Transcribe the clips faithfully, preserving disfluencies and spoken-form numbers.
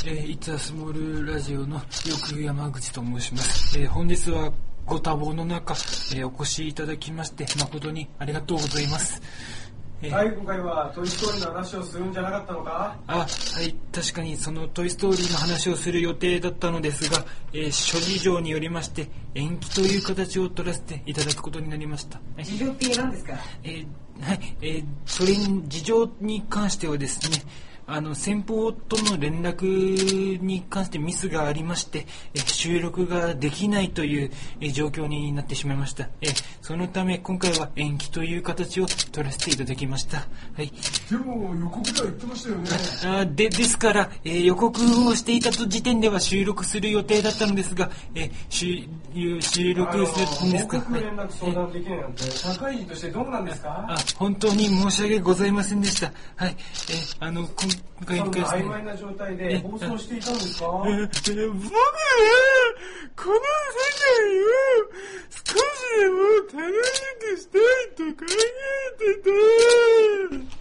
えー、いつはスモールラジオのよく山口と申します。えー、本日はご多忙の中、えー、お越しいただきまして誠にありがとうございます。 えー、はい、今回はトイストーリーの話をするんじゃなかったのか？ あ、はい、確かにそのトイストーリーの話をする予定だったのですが、えー、諸事情によりまして延期という形を取らせていただくことになりました。 事情って何ですか？ えー、はい、えー、それに事情に関してはですね、あの先方との連絡に関してミスがありまして、え収録ができないというえ状況になってしまいました。えそのため今回は延期という形を取らせていただきました。はい。 でも予告では言ってましたよね。 あでですから、えー、予告をしていた時点では収録する予定だったのですが、えー、収録するんですか？ 報告連絡相談できないなんて社会人としてどうなんですか？ あ本当に申し訳ございませんでした。はい。えー、あの今回そんな曖昧な状態で放送していたんですか？ えー、僕はこの世界を少しでも楽しくしたいと考えてた。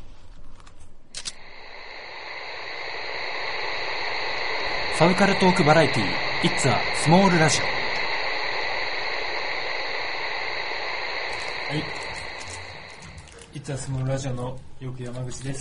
サブカルトークバラエティー It's a Small Radio。 はい、It's a Small Radio のよく山口です。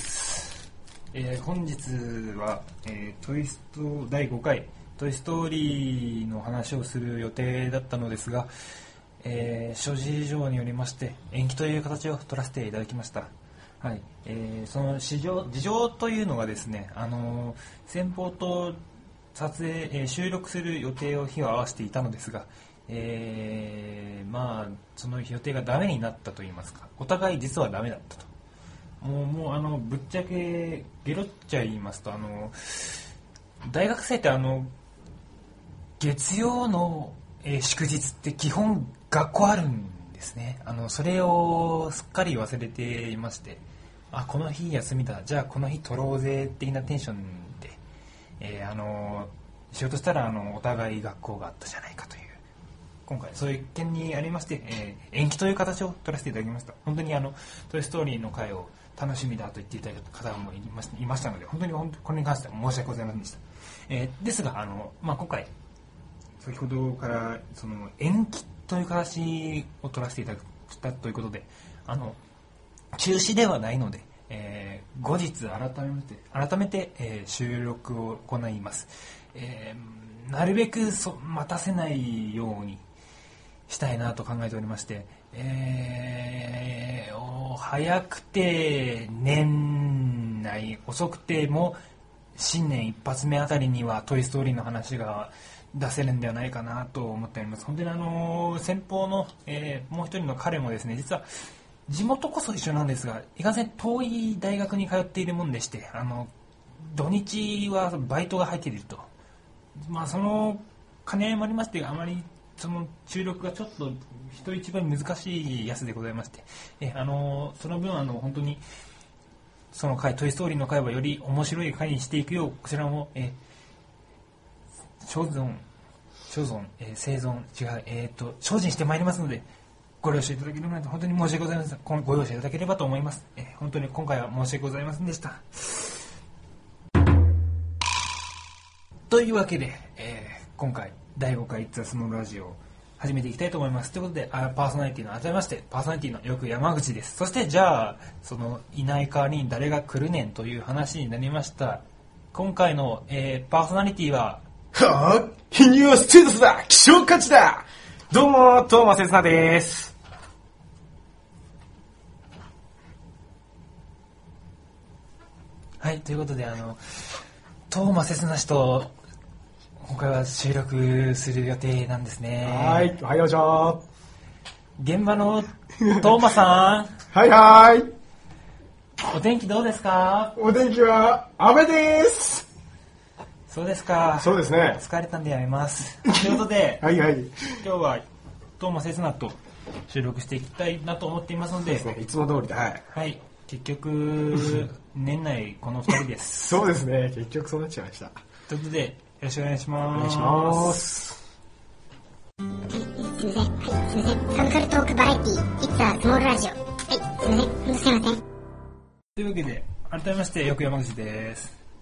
えー、本日は、えー、トイストだいごかいトイストーリーの話をする予定だったのですが、えー、諸事情によりまして延期という形を取らせていただきました。はい。えー、その事情、事情というのがですね、あのー、先方と撮影、えー、収録する予定を日を合わせていたのですが、えー、まあその予定がダメになったといいますか、お互い実はダメだったと。もう、もうあのぶっちゃけゲロっちゃいますと、あの大学生ってあの月曜の、えー、祝日って基本学校あるんですね。あのそれをすっかり忘れていまして、あこの日休みだ、じゃあこの日取ろうぜ的なテンションで、えー、あのしようとしたらあのお互い学校があったじゃないかという、今回そういう件にありまして、えー、延期という形を取らせていただきました。本当にあのトイストーリーの回を楽しみだと言っていただいた方もいました、いましたので、本当に本当これに関しては申し訳ございませんでした。えー、ですがあの、まあ、今回先ほどからその延期という形を取らせていただいたということで、あの中止ではないので、えー、後日改めて改めて、えー、収録を行います。えー、なるべくそ待たせないようにしたいなと考えておりまして、えー、早くて年内、遅くても新年一発目あたりにはトイストーリーの話が出せるんではないかなと思っております。本当にあの先方の、えー、もう一人の彼もですね、実は地元こそ一緒なんですが、いかんせん遠い大学に通っているもんでして、あの土日はバイトが入っていると、まあその兼ね合いもありまして、あまりその収録がちょっと人一倍難しいやつでございまして、えあのその分あの本当にその回トイストーリーの回はより面白い回にしていくよう、こちらも、え所存所存、えー、生存違うえっ、ー、と精進してまいりますので、ご了承いただければと本当に申し訳ございません。ご容赦いただければと思います。えー、本当に今回は申し訳ございませんでした。というわけで、えー、今回だいごかいIt's a Small Radioを始めていきたいと思います。ということで、あパーソナリティの改めましてパーソナリティのよく山口です。そしてじゃあそのいない代わりに誰が来るねんという話になりました。今回の、えー、パーソナリティははぁ、貧乳はステータスだ、希少価値だ。どうもトーマセスナです。 はい、ということであのトーマセスナ氏と今回は収録する予定なんですね。 はい、おはようじゃ。 現場のトーマさんはいはい、 お天気どうですか？ お天気は雨です。 そうですか。 そうですね。 疲れたんでやめます。ということではいはい、 今日はトーマセスナと収録していきたいなと思っていますので、 そうですね、いつも通りで、はい、 はい、結局年内このふたりですそうですね、結局そうなっちゃいました。 ということでよろしくお願いします。 お願いします。 すみません、はい、すみません、サブカルトークバラエティー It's a Small Radio。 はい、すみません、すみません。 というわけで改めましてよく山口です。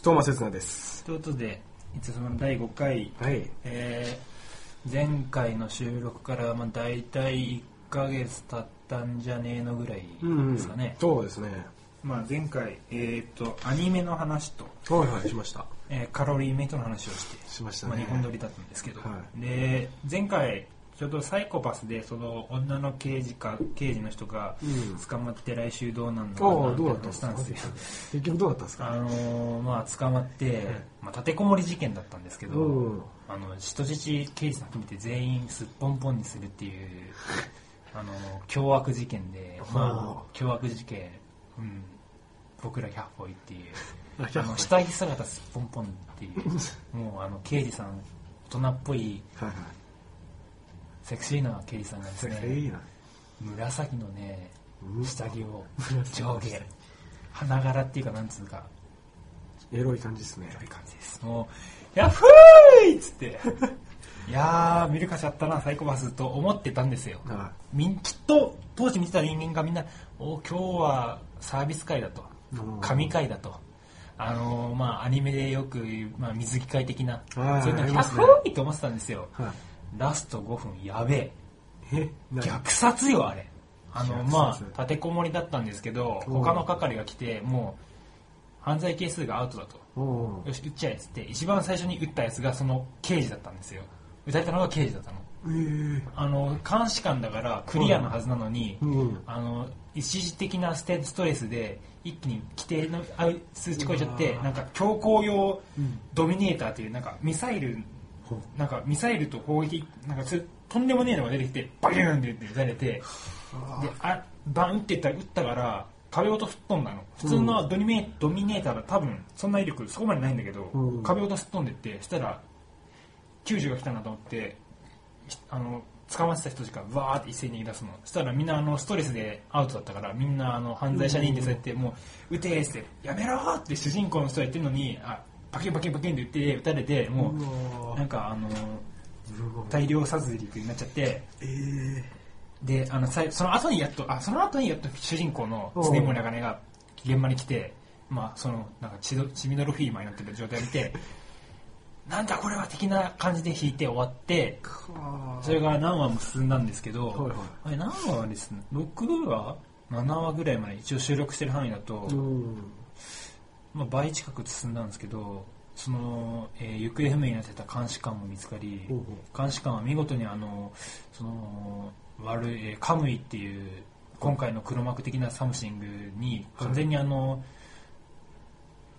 トーマセツナです。 ということで、いつそのだいごかい、 はい、 えー、前回の収録からまあ大体いっかげつ経ったんじゃねえのぐらいですかね。 うんうん、そうですね。 まあ、前回、えー、とアニメの話と、 はいはい、しました。 えー、カロリーメイトの話をしてしましたね。 まあ、にほん撮りだったんですけど、 はい、 で前回ちょうどサイコパスでその女の刑事か刑事の人が捕まって来週どうなんのかなって話したんですよ。 結局どうだったんですか。 あのー、まあ捕まって、まあ、立てこもり事件だったんですけど、 うん、あの人質刑事さん含めて全員すっぽんぽんにするっていうあの凶悪事件で、まあ、凶悪事件、うん、僕らひゃっぽいっていうあの下着姿すっぽんぽんっていうもうあの刑事さん大人っぽい、はいはい、セクシーな刑事さんがですね、紫のね下着を上下花柄っていうかなんつうかエロい感じですね。 エロい感じです。もうヤッフーイっつっていやー見る価値あったなサイコパスと思ってたんですよ。 ああみんきっと当時見てた人間がみんなお今日はサービス会だと神会だとあのー、まあアニメでよく、まあ、水着会的なそういうのヤッフーイと思ってたんですよ。ラストごふんやべえ虐殺よあれ。あのまあ立てこもりだったんですけど他の係が来てもう犯罪係数がアウトだとよし撃っちゃえっつって一番最初に撃ったやつがその刑事だったんですよ。撃たれたのが刑事だったの。 えー、 あの監視官だからクリアのはずなのに、 うんうん、 あの一時的なステストレスで一気に規定の数値超えちゃってなんか強行用ドミネーターというなんかミサイルなんかミサイルと砲撃なんかとんでもねえのが出てきてバキューンって撃たれてであバンっていったら撃ったから壁ごと吹っ飛んだの。普通のドミネドミネーターは多分そんな威力そこまでないんだけど、うん、壁ごと吹っ飛んでってしたらきゅうじゅうが来たなと思ってあの捕まってた人たちがわーって一斉に逃げ出すの。そしたらみんなあのストレスでアウトだったからみんなあの犯罪者認定されてもう撃てーってやめろーって主人公の人が言ってるのにあバキンバキンバキンって言って撃たれてもうなんかあの大量殺戮になっちゃって、 えー、 であのその後にやっとあその後にやっと主人公の常森茜が現場に来てまあそのなんか血血みどろフィーマーになってる状態を見てなんだこれは的な感じで弾いて終わってそれが何話も進んだんですけど、はいはい、あれ何話ですねろくわななわぐらいまで一応収録してる範囲だと、まあ、倍近く進んだんですけどその、えー、行方不明になってた監視官も見つかり監視官は見事にあのその悪い、えー、カムイっていう今回の黒幕的なサムシングに完全にあの、はい、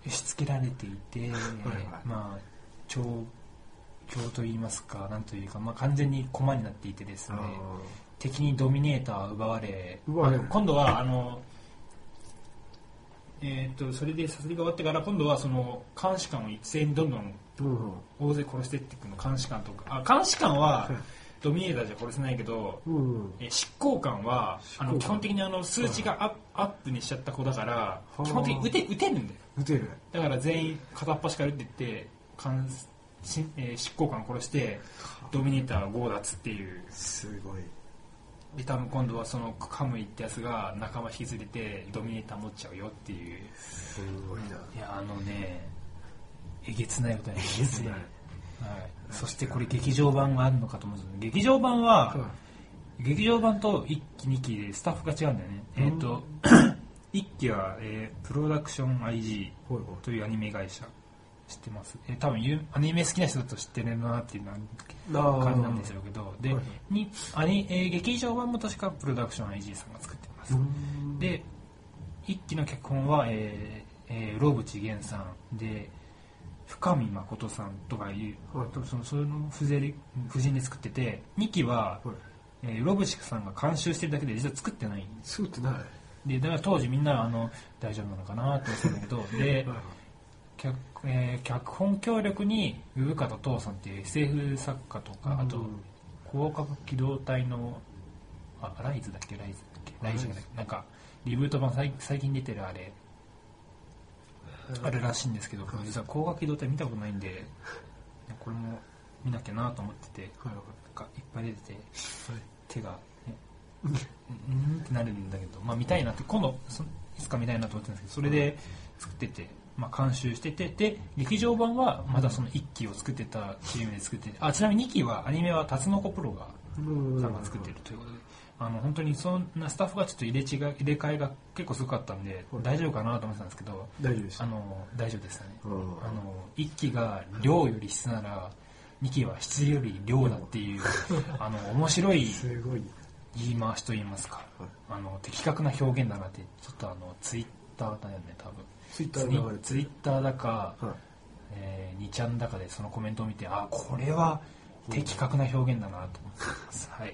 しつけられていて、はいはい、まあ調教といいますかなんというか、まあ、完全に駒になっていてですね敵にドミネーターを奪われ、まあ、今度はあの、えー、とそれで殺戮が終わってから今度はその監視官を一斉にどんどん大勢殺していっていくの。監視官とかあ監視官はドミネーターじゃ殺せないけど、え執行官はあの基本的にあの数値がアップ、アップにしちゃった子だから基本的に撃て、撃てるんだよ。 撃てるだから全員片っ端から撃っていって監えー、執行官を殺してドミネーター強奪っていうすごいで多分今度はそのカムイってやつが仲間引き連れてドミネーター持っちゃうよっていうすごいな。 いやあのねえげつないことにえげつない、はい、そしてこれ劇場版があるのかと思うんですけど劇場版は、うん、劇場版といっきにきでスタッフが違うんだよね、うん、えっ、ー、といっきは、えー、プロダクション アイジー というアニメ会社知ってます、えー、多分アニメ好きな人だと知ってるなっていう感じなんですけどで、はい、にアニ、えー、劇場版も確かプロダクション アイジー さんが作ってますでいっきの脚本は、えーえー、ローブチゲンさんで深見誠さんとかいう、はい、そのその夫人夫人で作っててにきは、はいえー、ロブチクさんが監修してるだけで実は作ってない作ってないでだから当時みんなあの大丈夫なのかなと思ってたんだけどで、はい脚, えー、脚本協力に産方父さんっていう エスエフ 作家とか、うん、あと広角機動隊のあライズだっけライズだっけライズじゃないなんかリブート版最最近出てるあれあるらしいんですけど実は広角機動隊見たことないんでこれも見なきゃなと思ってて、はい、なんかいっぱい出てて、はい、手が、ね、うんってなるんだけど、まあ、見たいなって今度そいつか見たいなと思ってるんですけどそれで作っててまあ、監修してて、で劇場版はまだそのいっきを作ってたチームで作ってて、あちなみににきはアニメはタツノコプロがさんが作ってるということで、あの本当にそんなスタッフがちょっと入れ違い入れ替えが結構すごかったんで、大丈夫かなと思ってたんですけど、 大丈夫ですあの大丈夫でしたね。 うんあのいっきが量より質ならにきは質より量だっていうあの面白いすごい言い回しと言いますか、 はいあの的確な表現だなってちょっとあのツイッターだよね多分ツイッタツイー流れてツイッターだか、 はいえー、にちゃんだかでそのコメントを見て、あこれは的確な表現だなと思ってます、はい、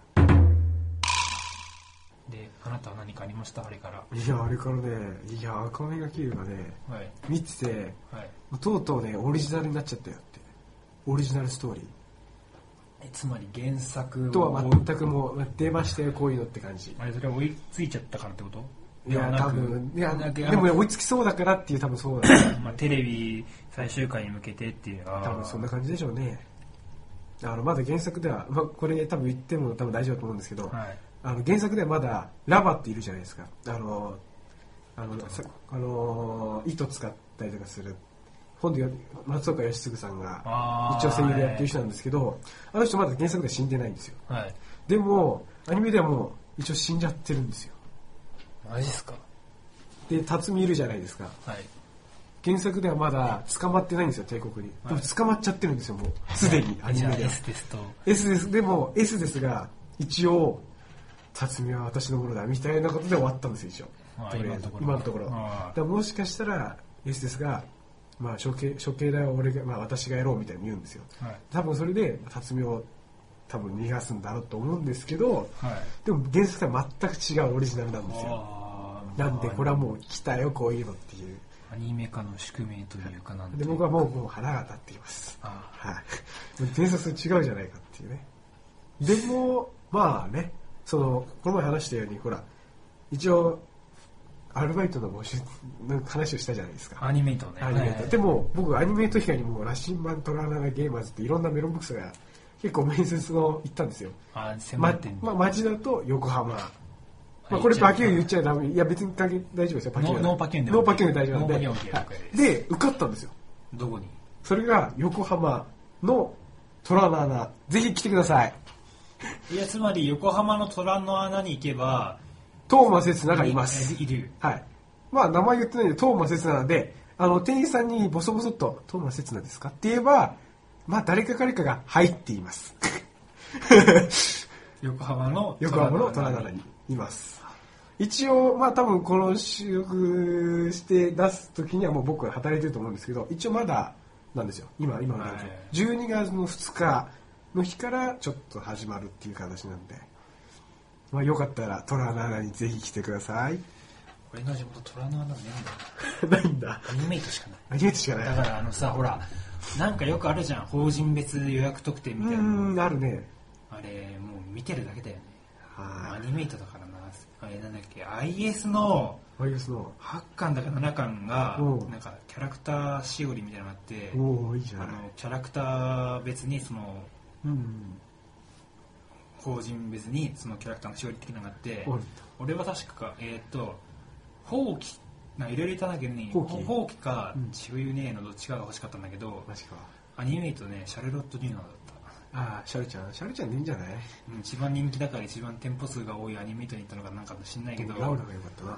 であなたは何かありましたあれから？ いやあれからねいや赤目がキルがねはい見ててはいとうとうねオリジナルになっちゃったよってオリジナルストーリーえつまり原作をとは全くもう出ましたよこういうのって感じ。 あれそれは追いついちゃったからってこと？ いや多ではなく分いやなんかでもね追いつきそうだからっていう多分そうだねまあ、テレビ最終回に向けてっていうあー多分そんな感じでしょうね。あのまだ原作では、まあ、これ多分言っても多分大丈夫だと思うんですけど、 はいあの原作ではまだラバっているじゃないですか。あのあのさあの糸使ったりとかする本で松岡義嗣さんがあー一応声優でやってる人なんですけど、あの人まだ原作では死んでないんですよ。 はいでもアニメではもう一応死んじゃってるんですよ。 マジっすか？ で辰巳いるじゃないですか。 はい原作ではまだ捕まってないんですよ帝国に。でも捕まっちゃってるんですよもうすでにアニメでは。 じゃあ S ですと S です。でも S ですが一応辰巳は私のものだみたいなことで終わったんですよ一応。 あとりあえず今のところ今のところ。だあからもしかしたら S ですが、まあ処刑処刑代は俺がまあ私がやろうみたいに言うんですよ。 はい多分それで辰巳を多分逃がすんだろうと思うんですけど、 はいでも原作とは全く違うオリジナルなんですよ。 あーなんでこれはもう来たよこういうのっていう。 アニメ化の宿命というかなんてで僕はもうもう腹が立っています。 あはい。もう原作と違うじゃないかっていうね。でもまあね、そのこの前話したようにほら一応アルバイトの募集の話をしたじゃないですか。 アニメイトねアニメイト。 はいでも僕アニメイト以外にも羅針盤トラナナゲーマーズっていろんなメロンブックスが結構面接の行ったんですよ。 あ専ま門店まあ町田と横浜。まあ、 いこれバキュー言っちゃダメ。いや別に関係大丈夫ですよ。パキューはノーノーパキューでノーパキューで大丈夫なんで。 ノーパキューで OK はいで受かったんですよ。 どこに？ それが横浜の虎の穴。ぜひ来てください。 いやつまり横浜の虎の穴に行けば東間節菜がいます。 いるはい。まあ名前言ってないんで東間節菜なんで、あの店員さんにボソボソっと東間節菜ですかって言えば、まあ誰か彼かが入っています。 横浜の横浜の虎の穴にいます。一応まあ多分この収録して出す時にはもう僕は働いてると思うんですけど、一応まだなんですよ。今今の現状、 はいじゅうにがつのふつかの日からちょっと始まるっていう形なんで、まあよかったら虎の穴にぜひ来てください。 俺の地元虎の穴ねえんないんだ。 だよアニメイトしかないアニメートしかない。 だからあのさほらなんかよくあるじゃん法人別予約特典みうたいなのーんあるね。 あれもう見てるだけだよねはアニメイトだからなあれなんだっけ アイエス のい。アイエスの。 はちかんだかななかんがうんなんかキャラクターしおりみたいなのがあっておおいいじゃあない。 のキャラクター別にそのうん。 法人別にそのキャラクターのしおり的なのがあってあるんだ。 俺は確かえっとほうきなんかいろいろ言ったんだけどねほうきほうきかうんちぶゆねえのどっちかが欲しかったんだけどマジか。 アニメイトねシャルロット・デューナーだっああシャルちゃんシャルちゃんでいいんじゃない？ たうん一番人気だから一番店舗数が多いアニメイトに行ったのかなんか知んないけどラウラが良かったな。あ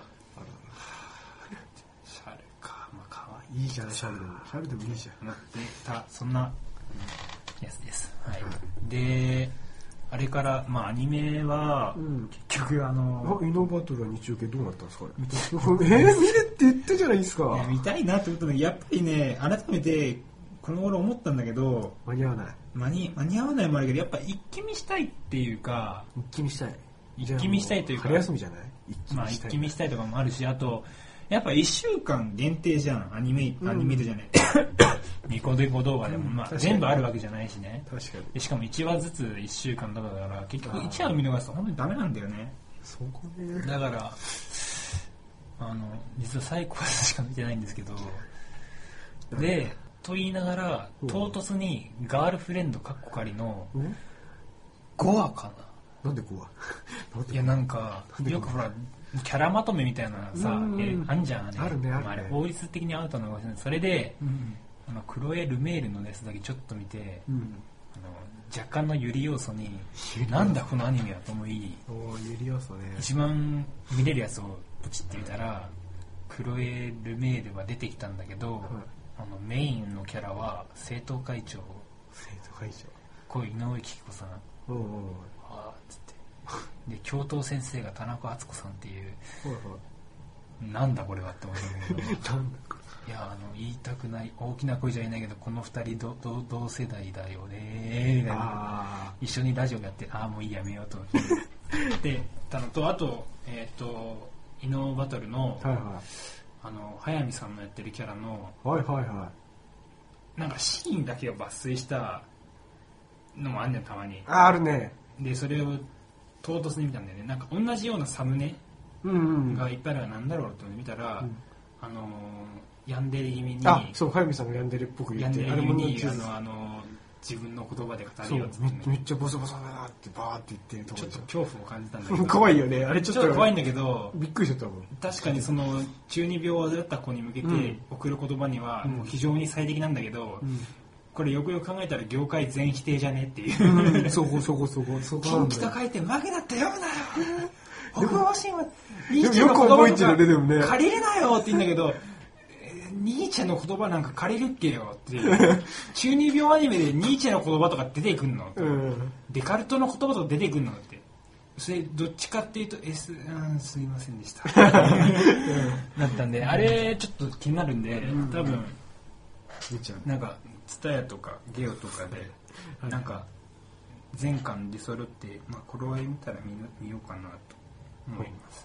シャルかまあ可愛るいいじゃないシャルでも。シャルでもいいじゃん。 いなってたそんなやつですはいであれからまあアニメはうん結局あのあイノバトルは日中系どうなったんですかあれ？えー、見るって言ったじゃないですか。 いや見たいなってことでやっぱりね改めてこの頃思ったんだけど間に合わない。 間に間に合わないもあるけどやっぱ一気見したいっていうか一気見したい。 一気見したいというか春休みじゃない？一気まあ見したい。 一気見したいとかもあるしあとやっぱいっしゅうかん限定じゃんアニメアニメでじゃないニコデコ動画でも、まあ、 確かに全部あるわけじゃないしね確かに。 でしかもいちわずついっしゅうかんとかだから結局いちわを見逃すと本当にダメなんだよねそこね。 だからあの実はサイコパスしか見てないんですけどでと言いながらうん唐突にガールフレンドかっこかりのうんごわかなんでこうは？なんでないやなんかなんでよくほらキャラまとめみたいなさ、えあんじゃん、ね、 あるねあるね、 まあ、あれ法律的にアウトなのかもしれない。それで、うん、あのクロエ・ルメールのやつだけちょっと見て、うん、あの若干のユリ要素になんだこのアニメはと思い、 おユリ要素、ね、 一番見れるやつをポチってみたらクロエ・ルメールは出てきたんだけど、はい、あのメインのキャラは生徒会長生徒会長こう井上貴子さん、おうおうあーっつってで教頭先生が田中敦子さんっていう、はいはい、なんだこれはって思うんだけどなんだこれいやあの言いたくない大きな声じゃいないけどこのふたりどど同世代だよねみたいな一緒にラジオやってああもういいやめようとでたのとあとえっ、ー、と伊能バトルの、はいはい、あの速水さんのやってるキャラの、 はいはいはい、 なんかシーンだけを抜粋したのもあんねんたまに。 ああるね。 でそれを唐突に見たんだよね。なんか同じようなサムネがいっぱいあるからなんだろうって見たら、うん、あのー、ヤンデレ気味にあそう速水さんがヤンデレっぽく言ってヤンデレ気味にあのあの自分の言葉で語るよって、 ね、めっちゃボソボソだなってバーって言ってるとこちょっと恐怖を感じたんだけど怖いよねあれちょっと怖いんだけどびっくりしちゃったもん。 確かにその中二病を患った子に向けて送る言葉にはもう非常に最適なんだけど、うんうん、これよくよく考えたら業界全否定じゃねっていう、 うん、そこそこそこそこ近畿と書いて負けだって読むなよ北欧神話ニーチェの言葉とか借りれなよって言うんだけどニーチェの言葉なんか借りるっけよっていう中二病アニメでニーチェの言葉とか出てくんの、うん、デカルトの言葉とか出てくんのってそれどっちかっていうと S、うん、すいませんでしただったんであれちょっと気になるんで、うん、多分なんかTSUTAYAとかゲオとかでなんか全巻で揃って、まあ、頃合い見たら 見, 見ようかなと思います。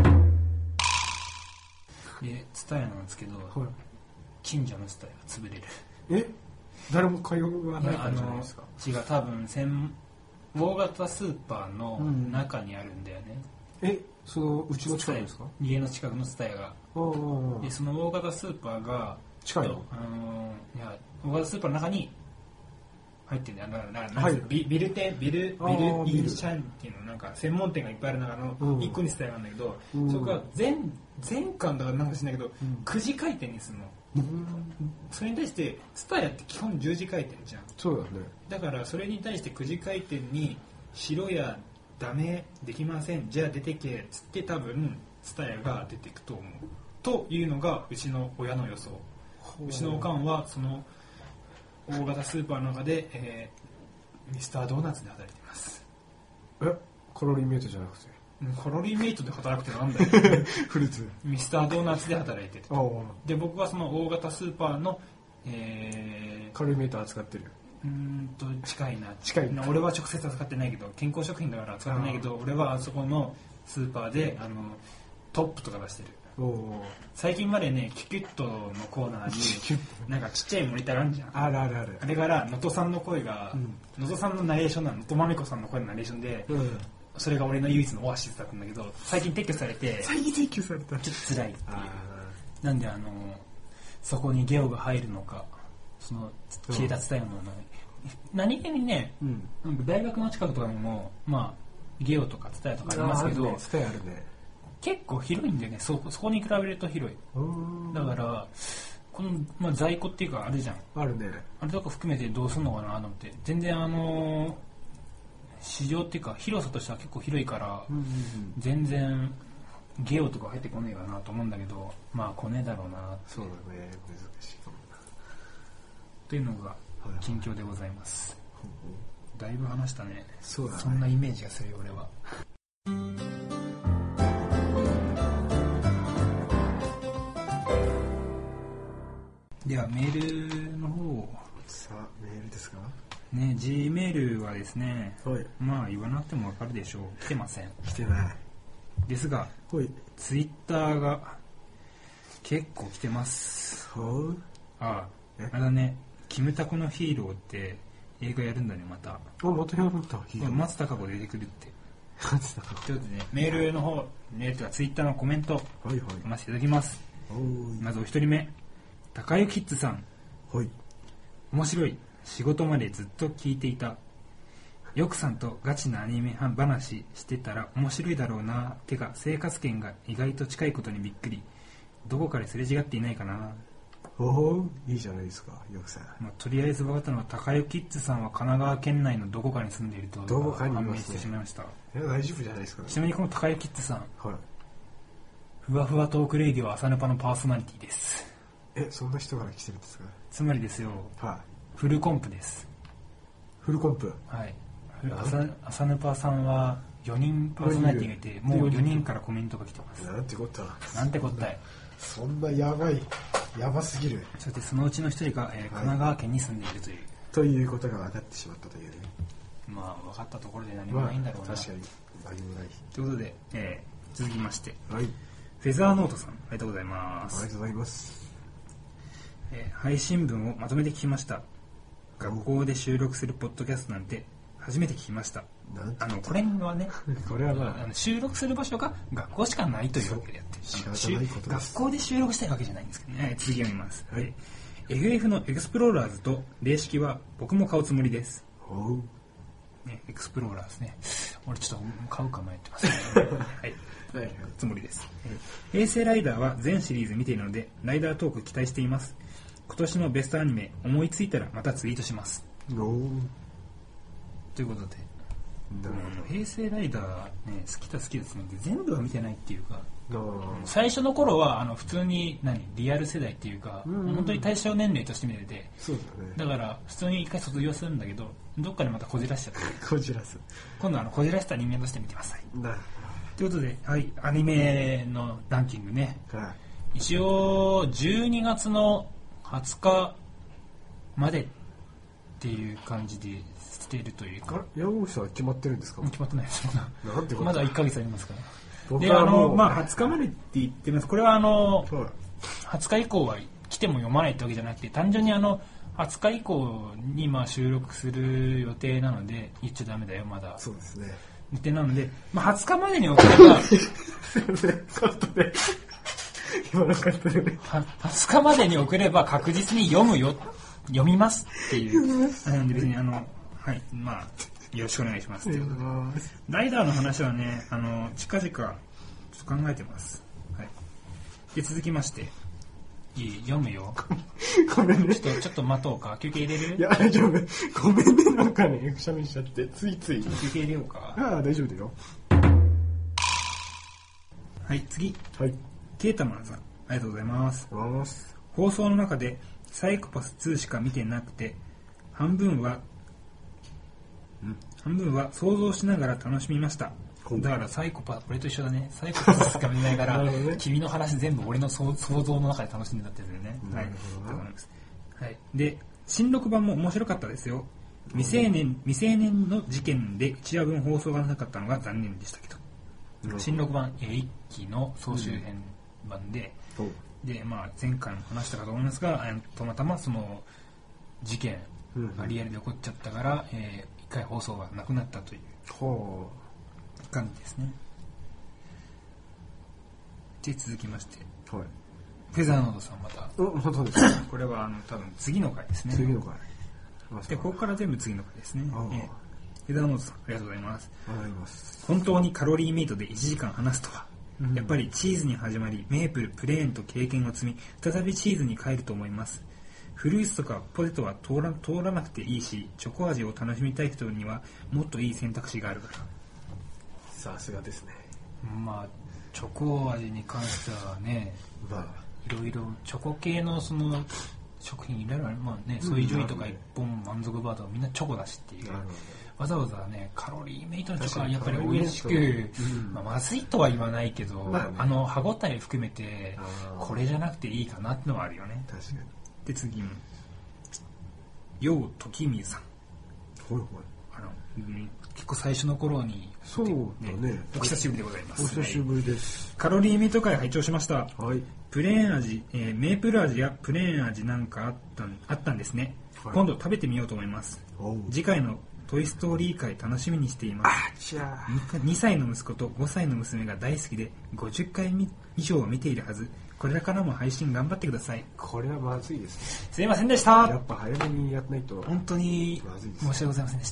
でTSUTAYAなんですけど、はい、近所のTSUTAYAが潰れる。 え誰も通わないからじゃないですか。 違う多分専大型スーパーの中にあるんだよね、 うん、えそのうちの近くですか。 家の近くのTSUTAYAがでその大型スーパーが近いの、 あのー、いや大型スーパーの中に入ってるんだよ。だからなんかビ, ビル店ビルビルイーチャンっていうのなんか専門店がいっぱいある中のいっこにTSUTAYAがあるんだけど、うん、そこが全全館だからなんかしないけど、うん、くじ開店にするの、うん、それに対してTSUTAYAって基本じゅうじ開店じゃん。 そうだね。 だからそれに対してくじ開店に白やダメできませんじゃあ出てけっつって多分TSUTAYAが出てくと思うというのがうちの親の予想。うちのおかんはその大型スーパーの中で、えー、ミスタードーナツで働いています。 えカロリーメイトじゃなくてカロリーメイトで働くってなんだよフルーツミスタードーナツで働いててで僕はその大型スーパーの、えー、カロリーメイト扱ってるうーんと近いな近いな。 俺は直接扱ってないけど健康食品だから扱ってないけど俺はあそこのスーパーであのトップとか出してる。お最近までねキュキュットのコーナーになんかちっちゃいモニターあるじゃん。 あるあるある。 あれから能登さんの声が能登、うん、さんのナレーションなの能登まめこさんの声のナレーションで、うん、それが俺の唯一のオアシスだったんだけど最近撤去されて最近撤去されたちょっと辛いっていうなんであのそこにゲオが入るのかその消えたTSUTAYAの何気にね、うん、なんか大学の近くとかにもまあゲオとかTSUTAYAとかありますけど TSUTAYAあるね。 結構広いんだよね。 そ, そこに比べると広い。だからこの、まあ、在庫っていうかあるじゃん。 あるね。 あれとか含めてどうするのかなと思って全然あのー、市場っていうか広さとしては結構広いから、うんうんうん、全然ゲオとか入ってこねえかなと思うんだけどまあ来ねえだろうな。 そうだね難しいかもなというのが近況でございます、はいはい、だいぶ話したね。 そうだね。 そんなイメージがするよ俺は。ではメールの方さあメールですかね。 G メールはですね、はい、まあ言わなくてもわかるでしょう。来てません。 来てないですが、はい、ツイッターが結構来てます。 はい。 ああ、あれだね、キムタクのヒーローって映画やるんだねまた。 あ、またやるんだ。 松たか子出てくるって松たか子ということでね、メールの方メールとかツイッターのコメント読ませていただきます。はいはい、まずお一人目、高湯キッズさん。 はい。 面白い。仕事までずっと聞いていた。 よくさんとガチなアニメ話してたら面白いだろうな。てか生活圏が意外と近いことにびっくり。どこかですれ違っていないかな。 おお、いいじゃないですか、よくさん。 まあ、とりあえず分かったのは高湯キッズさんは神奈川県内のどこかに住んでいるとどこかにいますね判明してしまいました。 いや、大丈夫じゃないですか、ね、 ちなみにこの高湯キッズさん、 はい、 ふわふわトークレイディオ朝ヌパのパーソナリティです。 え、そんな人から来てるんですか。 つまりですよ、 はい、 フルコンプです。 フルコンプ。 はい。朝朝ヌパさんはよにんパーソナリティがいて、もうよにんからコメントが来てます。 なんてこったなんてこったい。 そんなやばい、やばすぎる。 そしてそのうちの一人が、えー、神奈川県に住んでいるという、はい、 ということが分かってしまったというね。 まあ分かったところで何もないんだろうな、 まあ、確かに何もないということで、えー、続きまして、 はい、 フェザーノートさん、ありがとうございます。 ありがとうございます。 えー、配信文をまとめて聞きました。学校で収録するポッドキャストなんて初めて聞きました。あのこれはねこれは、まあ、 あの収録する場所が学校しかないというわけであって学校で収録したいわけじゃないんですけどね。続きを見ます、はい、エフエフ のエクスプローラーズと霊式は僕も買うつもりです。 おう、 ね、エクスプローラーズね、俺ちょっと買うか迷ってます、ねはい、はい、つもりです。平成ライダーは全シリーズ見ているのでライダートーク期待しています。今年のベストアニメ思いついたらまたツイートします。 おということで、平成ライダー、ね、好きだ好きですね。全部は見てないっていうか、最初の頃はあの普通に何リアル世代っていうか、うんうん、本当に対象年齢として見てて、 そうだね、 だから普通に一回卒業するんだけど、どっかでまたこじらしちゃってこじらす今度はあのこじらした人間として見てください。 なということで、はい、アニメのランキングね、はい、一応じゅうにがつのはつかまでっていう感じでしているというか。 山口さんは決まってるんですか。 決まってないです。 なんてことまだいっかげつありますから。で、あの、まあ、はつかまでって言ってます。これはあの、はい、はつか以降は来ても読まないってわけじゃなくて、単純にあのはつか以降にまあ収録する予定なので、言っちゃダメだよまだ。 そうですね。 予定なので、まあ、はつかまでに送ればすいません、カットで今のカットでね、 はつかまでに送れば確実に読むよ、読みますっていうあので別にあのはいまあよろしくお願いしますっていうことで、ライダーの話はねあの近々ちょっと考えてます。はい。で続きまして、いい読むよ。 ごめんね。 ちょっとちょっと待とうか。休憩入れる？ いや大丈夫。ごめんねなんかねくしゃみしちゃってついつい。 休憩入れようか。 ああ大丈夫だよ。 はい次。 はい。 ケータマンさんありがとうございます。 ます。 放送の中でサイコパスツーしか見てなくて半分は、うん、半分は想像しながら楽しみました。だからサイコパス、これと一緒だね。サイコパスしか見ながら、ね、君の話全部俺の想像の中で楽しんでたってやつだよね。はい。はい。で、新録版も面白かったですよ。未成年、未成年の事件でいちわぶん放送がなかったのが残念でしたけど。新録版いっきの総集編版で、うんでまあ、前回も話したかと思いますが、たまたまその事件がリアルで起こっちゃったから、うんうんえー、いっかい放送がなくなったという感じですね。で続きまして、はい、フェザーノードさんまたおまたですか。 これはあの多分次の回ですね。 次の回でここから全部次の回ですね。えー、フェザーノードさんありがとうございます。 ありがとうございます。 本当にカロリーメイトでいちじかん話すとは。やっぱりチーズに始まりメープル、プレーンと経験を積み再びチーズに変えると思います。フルーツとかポテトは通ら、通らなくていいしチョコ味を楽しみたい人にはもっといい選択肢があるから。 さすがですね。 まあチョコ味に関してはね、まあ、いろいろチョコ系のその食品いろいろある、まあね、ソイジョイとか一本満足バーとかみんなチョコだしっていう、わざわざねカロリーメイトのチョコはやっぱり美味しく、うんまあ、まずいとは言わないけど、まあね、あの歯ごたえ含めてこれじゃなくていいかなってのはあるよね。 確かに。で次もようときみさん、 ほいほい、 あの、うん、結構最初の頃にそうだね、 お久しぶりでございます。 お久しぶりです、 はい、カロリーメイト会拝聴しました、 はい、 プレーン味、えー、メープル味やプレーン味なんかあったあったんですね、はい、今度食べてみようと思います。次回のトイストーリー会楽しみにしています。あにさいの息子とごさいの娘が大好きでごじゅっかい以上は見ているはず。これからも配信頑張ってください。 これはまずいですね。 すいませんでした。 やっぱ早めにやらないと本当に申し訳ございませんでした。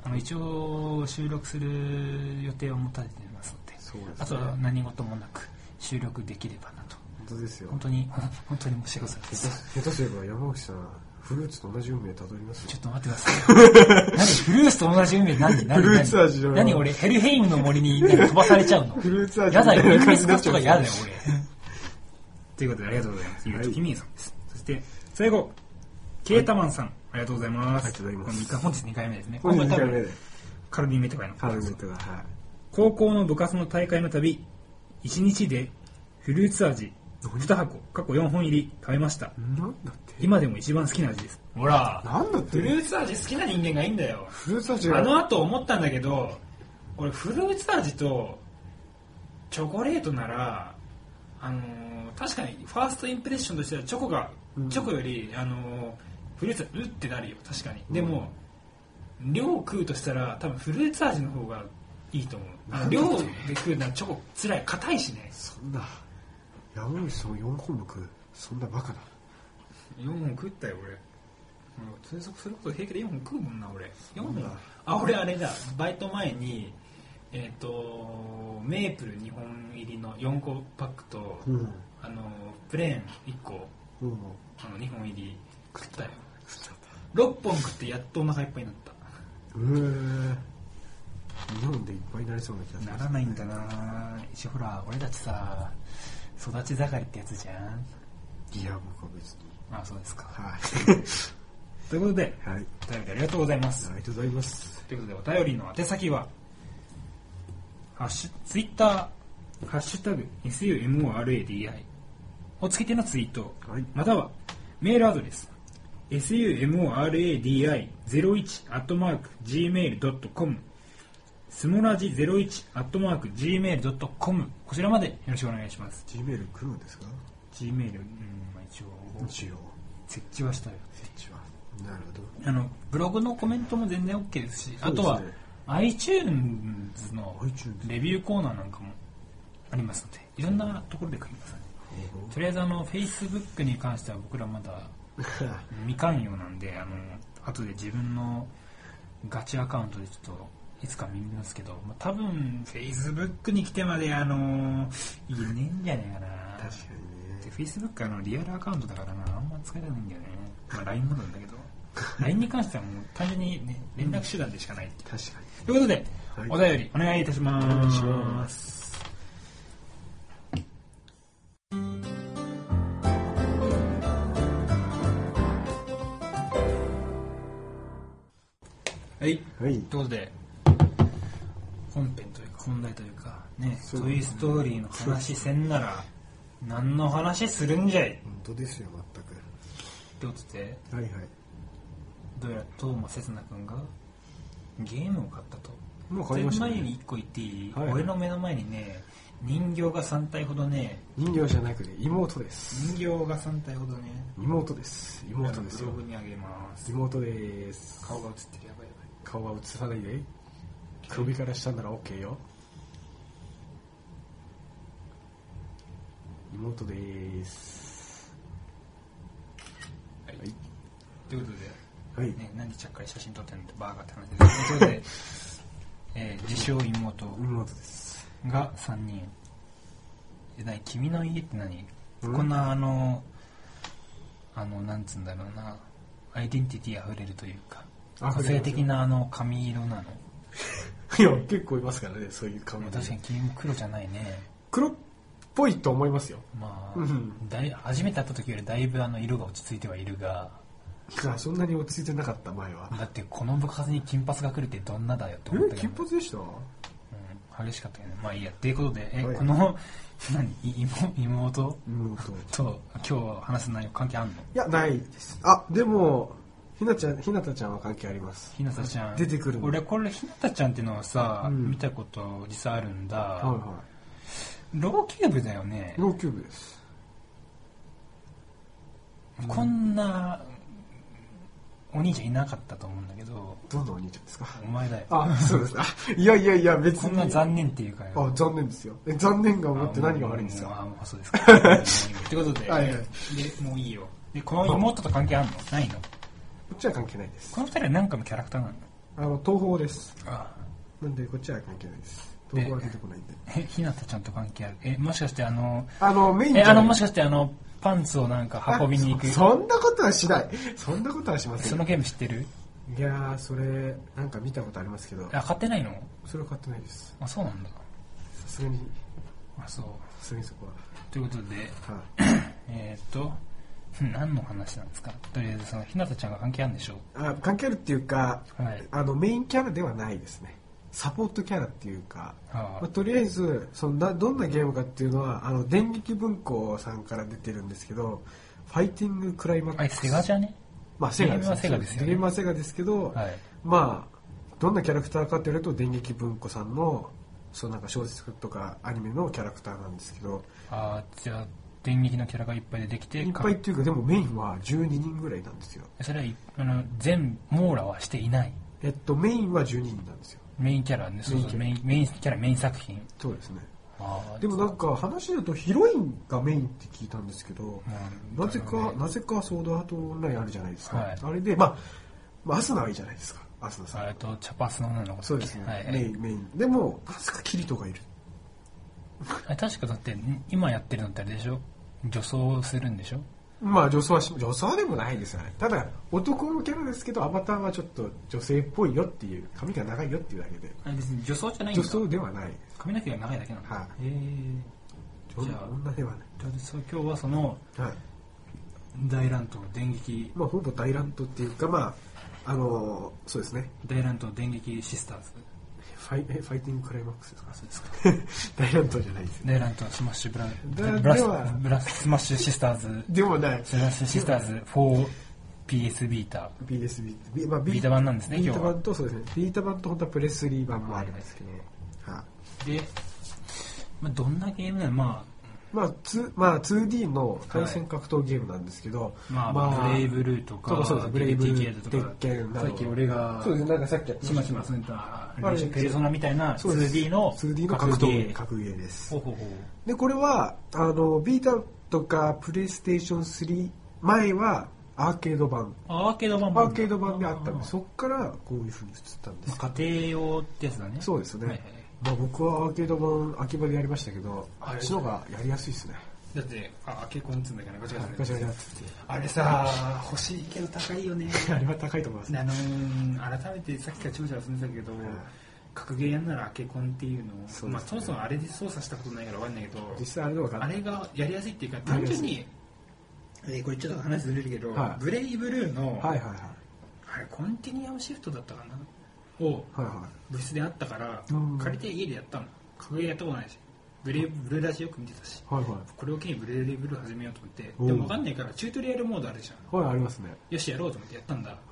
あの一応収録する予定をも立てていますので、 そうですね、 あとは何事もなく収録できればなと。 本当ですよ。 本当に本当に申し訳ございません。 下手すれば山口さんフルーツと同じ運命たどりますよ。 ちょっと待ってください。何フルーツと同じ運命何何フルーツ味の何俺ヘルヘイムの森に飛ばされちゃうの。 フルーツ味やだよ、 みたいなインベスカスとか嫌だよ俺。 ということでありがとうございます。ゆうときみえさんです。そして最後ケータマンさん、ありがとうございます。 ありがとうございます。 本日にかいめですね。 本日にかいめでカルビンメトガイのカルビンメトガイ、はい。 高校の部活の大会のたびいちにちでフルーツ味にはこ過去よんほん入り食べました。 なんだって。 今でも一番好きな味です。ほら、 なんだって。 フルーツ味好きな人間がいいんだよ。 フルーツ味があの後思ったんだけど、俺フルーツ味とチョコレートなら、あのー、確かにファーストインプレッションとしてはチョコが、うん、チョコより、あのー、フルーツうってなるよ、確かに。でも、うん、量食うとしたら多分フルーツ味の方がいいと思う。あの量で食うならチョコつらい、硬いしね。 そんな山口さんよんほんも食う、そんなバカな。 よんほん食ったよ俺。通俗すること平気でよんほん食うもんな俺。よんほん。あ、俺あれだ、バイト前にえっ、ー、とメープルにほん入りのよんこパックと、うん、あのプレーンいっこ、うん、あのにほん入り食ったよ。ろっぽん食ってやっとお腹いっぱいになった。 へー、日本でいっぱいになりそうな気がする。 ならないんだな。一応ほら俺たちさ育ち盛りってやつじゃん。 いや僕は別に。 ああそうですか。 はい。 ということで、 はい、 お便りありがとうございます。 ありがとうございます。 ということでお便りの宛先はハッシュツイッターハッシュタグ エスユーエムオーアールエーディーアイ をつけてのツイート、はい、またはメールアドレス エスユーエムオーアールエーディーアイゼロいち アットマーク ジーメール ドットコム スモラジゼロいち アットマーク ジーメール ドットコム こちらまでよろしくお願いします。 Gmail 来るんですか？ Gmail、うん、まあ、一応一応設置はしたよ。 設置はなるほど。 あのブログのコメントも全然 OK ですし、ですね、あとは iTunes のレビューコーナーなんかもありますので、いろんなところで書きます、ね、とりあえずあの Facebook に関しては僕らまだ未関与なんで、あの後で自分のガチアカウントでちょっといつか見ますけど、まあ、多分 Facebook に来てまであのいいねんじゃねえかな。 確かにね。 で Facebook あのリアルアカウントだからな、あんま使いたくないんだよね。まあ ライン もなんだけどライン に関してはもう単純に、ね、連絡手段でしかないっていう。 確かに。 ということで、はい、お便りお願いいたします。 お願いします。 はい、 はい、 ということで本編というか本題というかね、トイストーリーの話せんなら何の話するんじゃい。 本当ですよ、全く。 ってことで、 はいはい、 どうやら東間せつな君がゲームを買ったと。 もう買いましたね。 前にいっこ言っていい、 はいはい、 俺の目の前にね人形がさんたいほどね。 人形じゃなくて妹です。 人形がさんたいほどね。 妹です。妹ですよ。 ブログにあげます。 妹です。 顔が映ってる。やばいやばい。 顔は映さないで。首から下なら OK よ。妹です。 はい。はい、ということで、 はいね、何ちゃっかり写真撮ってんのってバーガーって話です。ということで、えー、自称妹。 妹です。 がさんにん。え、なに、君の家って何？こんなあの、あの、なんつうんだろうな、アイデンティティ溢れるというか、個性的なあの髪色なの？ いや、結構いますからね、そういう髪色。 確かに君も黒じゃないね。 黒っぽいと思いますよ。 まあ、うん、だい初めて会った時よりだいぶあの色が落ち着いてはいるが、 あ、そんなに落ち着いてなかった前は。 だってこの部活に金髪が来るってどんなだよって思ったけど。 え、金髪でした？ うん、激しかったけどね。まあいいや。っていうことで、え、はい、この何妹妹と今日話す内容関係あんの？いや、ないです。あ、でもひなちゃん、ひなたちゃんは関係あります。 ひなたちゃん出てくるの。 俺これひなたちゃんっていうのはさ、うん、見たこと実際あるんだ。はいはい。ローキューブだよね。 ローキューブです。 こんなお兄ちゃんいなかったと思うんだけど。 どんなお兄ちゃんですか？ お前だよ。 あ、そうですか。いやいやいや、別に。 こんな残念っていうかよ。あ、残念ですよ。え、残念が思って何が悪いんですか？ あ、もうそうですか。ってことで、 はいはい、 で、もういいよ。で、この妹と関係あんの？ないの？こっちは関係ないです。 この二人は何かのキャラクターなの？ あの東宝です。 あなんでこっちは関係ないです。東宝は出てこないんで。 え、ひなたちゃんと関係ある？え、もしかしてあの、 あのメインえ、あのもしかしてあのパンツをなんか運びに行く？ そ, そんなことはしない。そんなことはしません。 そのゲーム知ってる？ いやーそれなんか見たことありますけど。 あ、買ってないの？ それは買ってないです。 あ、そうなんだ。 さすがに。 あ、そう。 さすがにそこは。 ということで、 はい、 えっと何の話なんですか？とりあえずそのひなたちゃんが関係あるんでしょう？ あ、関係あるっていうか、 はい、 あのメインキャラではないですね。サポートキャラっていうか、 はあ、 まあ、とりあえずそのなどんなゲームかっていうのはあの電撃文庫さんから出てるんですけど、ファイティングクライマックス。 あれセガじゃね？ まあセガです。 ゲームはセガですよね。 ゲームはセガですけど、はい、まあどんなキャラクターかって言われると電撃文庫さんのそうなんか小説とかアニメのキャラクターなんですけど。 ああ、じゃあ電撃のキャラがいっぱい出てきて、 いっぱいっていうかでもメインはじゅうににんぐらいなんですよ。 それはあの全網羅はしていない？ えっとメインはじゅうににんなんですよ。メインキャラね。そうそう、メインメインキャラ、メイン作品。 そうですね。 あでもなんか話だとヒロインがメインって聞いたんですけど、うん、なぜかなぜかソードアートオンラインあるじゃないですか、はい、あれでまあ、まあ、アスナはいいじゃないですか。アスナさん、 えっとチャパスの女の子。 そうですね、 はい、 メインメインでもなぜかキリトがいる。 確かだって今やってるのってあれでしょ、女装するんでしょ。 まあ女装はし女装でもないですよね。ただ男のキャラですけどアバターはちょっと女性っぽいよっていう髪が長いよっていうだけで。 あ、別に女装じゃないんだ。 女装ではない。 髪の毛が長いだけなんだ。 はい、 へえ。 じゃあ女ではない。 じゃあ今日はその、はい、大乱闘電撃、 まあほぼ大乱闘っていうかまああのー、そうですね。 大乱闘電撃シスターズ。 ファイ、ファイティングクライマックスですか。そうですか。大乱闘じゃないですよ。 大乱闘スマッシュブラブラスブラススマッシュシスターズでもない。 スマッシュシスターズ フォーピーエス ビータ。 ピーエス ビータ、まあ、 ビータ版なんですね。 ビータ版とそうですね。ビータ版と本当はプレスリー版もあるんですけど。はい。 で、まあどんなゲームなの？まあ。 まあ、まあ、ツーディー の対戦格闘ゲームなんですけど、はい、 まあ、まあ、ブレイブルーとか、 そうですブレイブルー、鉄拳など、 さっき俺が、 そうですね、なんかさっきしましま、そういったペルソナみたいな ツーディー のツーディーの格闘ゲー、格ゲーです。 ほうほうほう。 で、これは、あの、ビータとかプレイステーションスリー前はアーケード版。 アーケード版アーケード版であったんで、そこからこういう風に移ったんです。 家庭用ってやつだね。 そうですね。はいはい、まあ、僕はアーケード版秋葉でやりましたけど、あっちの方がやりやすいですね。 だってあケコンっつうんだけどガチャガチャガチャガチャってあれさ欲しいけど高いよね。 あれは高いと思います、ね、 あのー、改めてさっきからちょこちょこ遊んでたけど、格ゲーやんならアケコンっていうのをそ、ね、まあ、そもそもあれで操作したことないから分かんないけど実際あれのがあれがやりやすいっていうか単純に、えー、これちょっと話ずれるけど、はい、ブレイブルーの、 はいはいはい、 あれコンティニアムシフトだったかなを部室であったから、はいはい、借りて家でやったの。格ゲーやったことないしブレイブルーラジよく見てたし、はいはい、これを機にブレイブルー始めようと思って、でも分かんないからチュートリアルモードあるじゃん。 はい、ありますね。 よしやろうと思ってやったんだ、はい、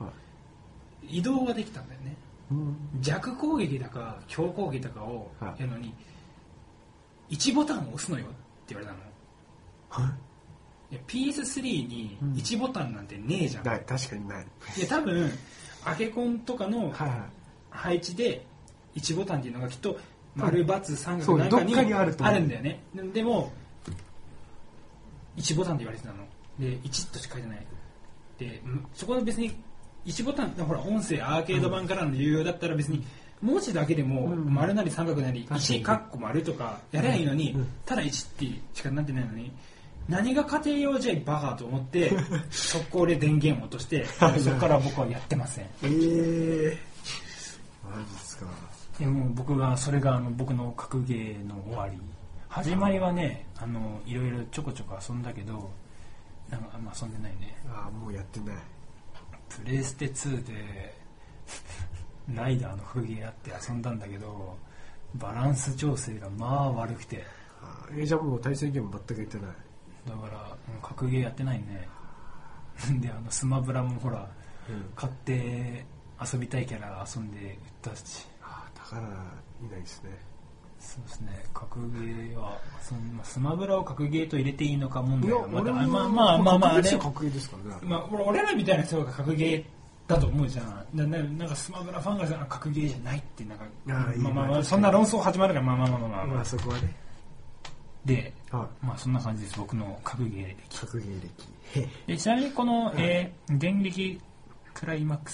移動ができたんだよね、うん、弱攻撃だか強攻撃だかをやるのに、はい、いちボタンを押すのよって言われたの、はい、いや ピーエススリー にいちボタンなんてねえじゃん、うん、 ない、確かにない。 いや多分アケコンとかの配置でいちボタンっていうのがきっと丸×三角なんかにあるんだよね。でもいちボタンって言われてたのでいちとしか書いてないで、そこは別にいちボタンほら音声アーケード版からの有用だったら別に文字だけでも丸なり三角なりいちカッコ丸とかやればいいのに、ただいちってしかなってないのに何が家庭用じゃいバカと思って速攻で電源を落としてそこから僕はやってません。 えー、マジですか。 でも僕がそれがあの僕の格ゲーの終わり。始まりはね、あのいろいろちょこちょこ遊んだけどなんかあんま遊んでないね。 ああ、もうやってない。 プレイステツーでライダーの格ゲーやって遊んだんだけどバランス調整がまあ悪くて。 あえじゃあもう対戦ゲーム全くやってない。 だから格ゲーやってないね。であのスマブラもほら、うん、買って遊びたいキャラ遊んで売ったし。 だからいないですね。 そうですね。格ゲーはそのスマブラを格ゲーと入れていいのか問題はまたまあまあまあまあまああれ格ゲーですからね。 まあ俺らみたいな人が格ゲーだと思うじゃん。ななんかスマブラファンがさ格ゲーじゃないってなんかあまあまあまあそんな論争始まるからまあまあまあまあまあまあそこはね。 で、はい、まあそんな感じです僕の格ゲー歴。 格ゲー歴。 でちなみにこの、はいえー、電撃クライマックス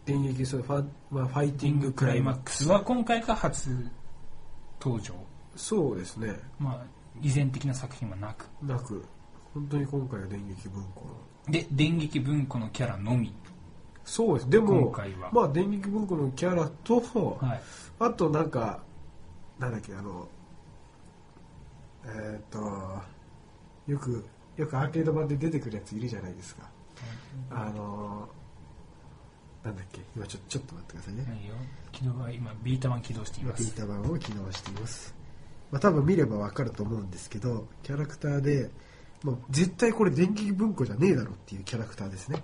電撃そうファ、まあ、ファイティングクライマックスは今回が初登場。 そうですね。 まあ依然的な作品はなくなく本当に今回は電撃文庫ので電撃文庫のキャラのみ。 そうです。でも今回はまあ電撃文庫のキャラと、 はい、 あとなんかなんだっけあのえー、っとよくよくアーケード版で出てくるやついるじゃないですか。うん、あのなんだっけ今ちょちょっと待ってくださいね。 いいよ。起動は今ビータ版起動しています。 ビータ版を起動しています。まあ多分見ればわかると思うんですけど、キャラクターでもう絶対これ電撃文庫じゃねえだろっていうキャラクターですね。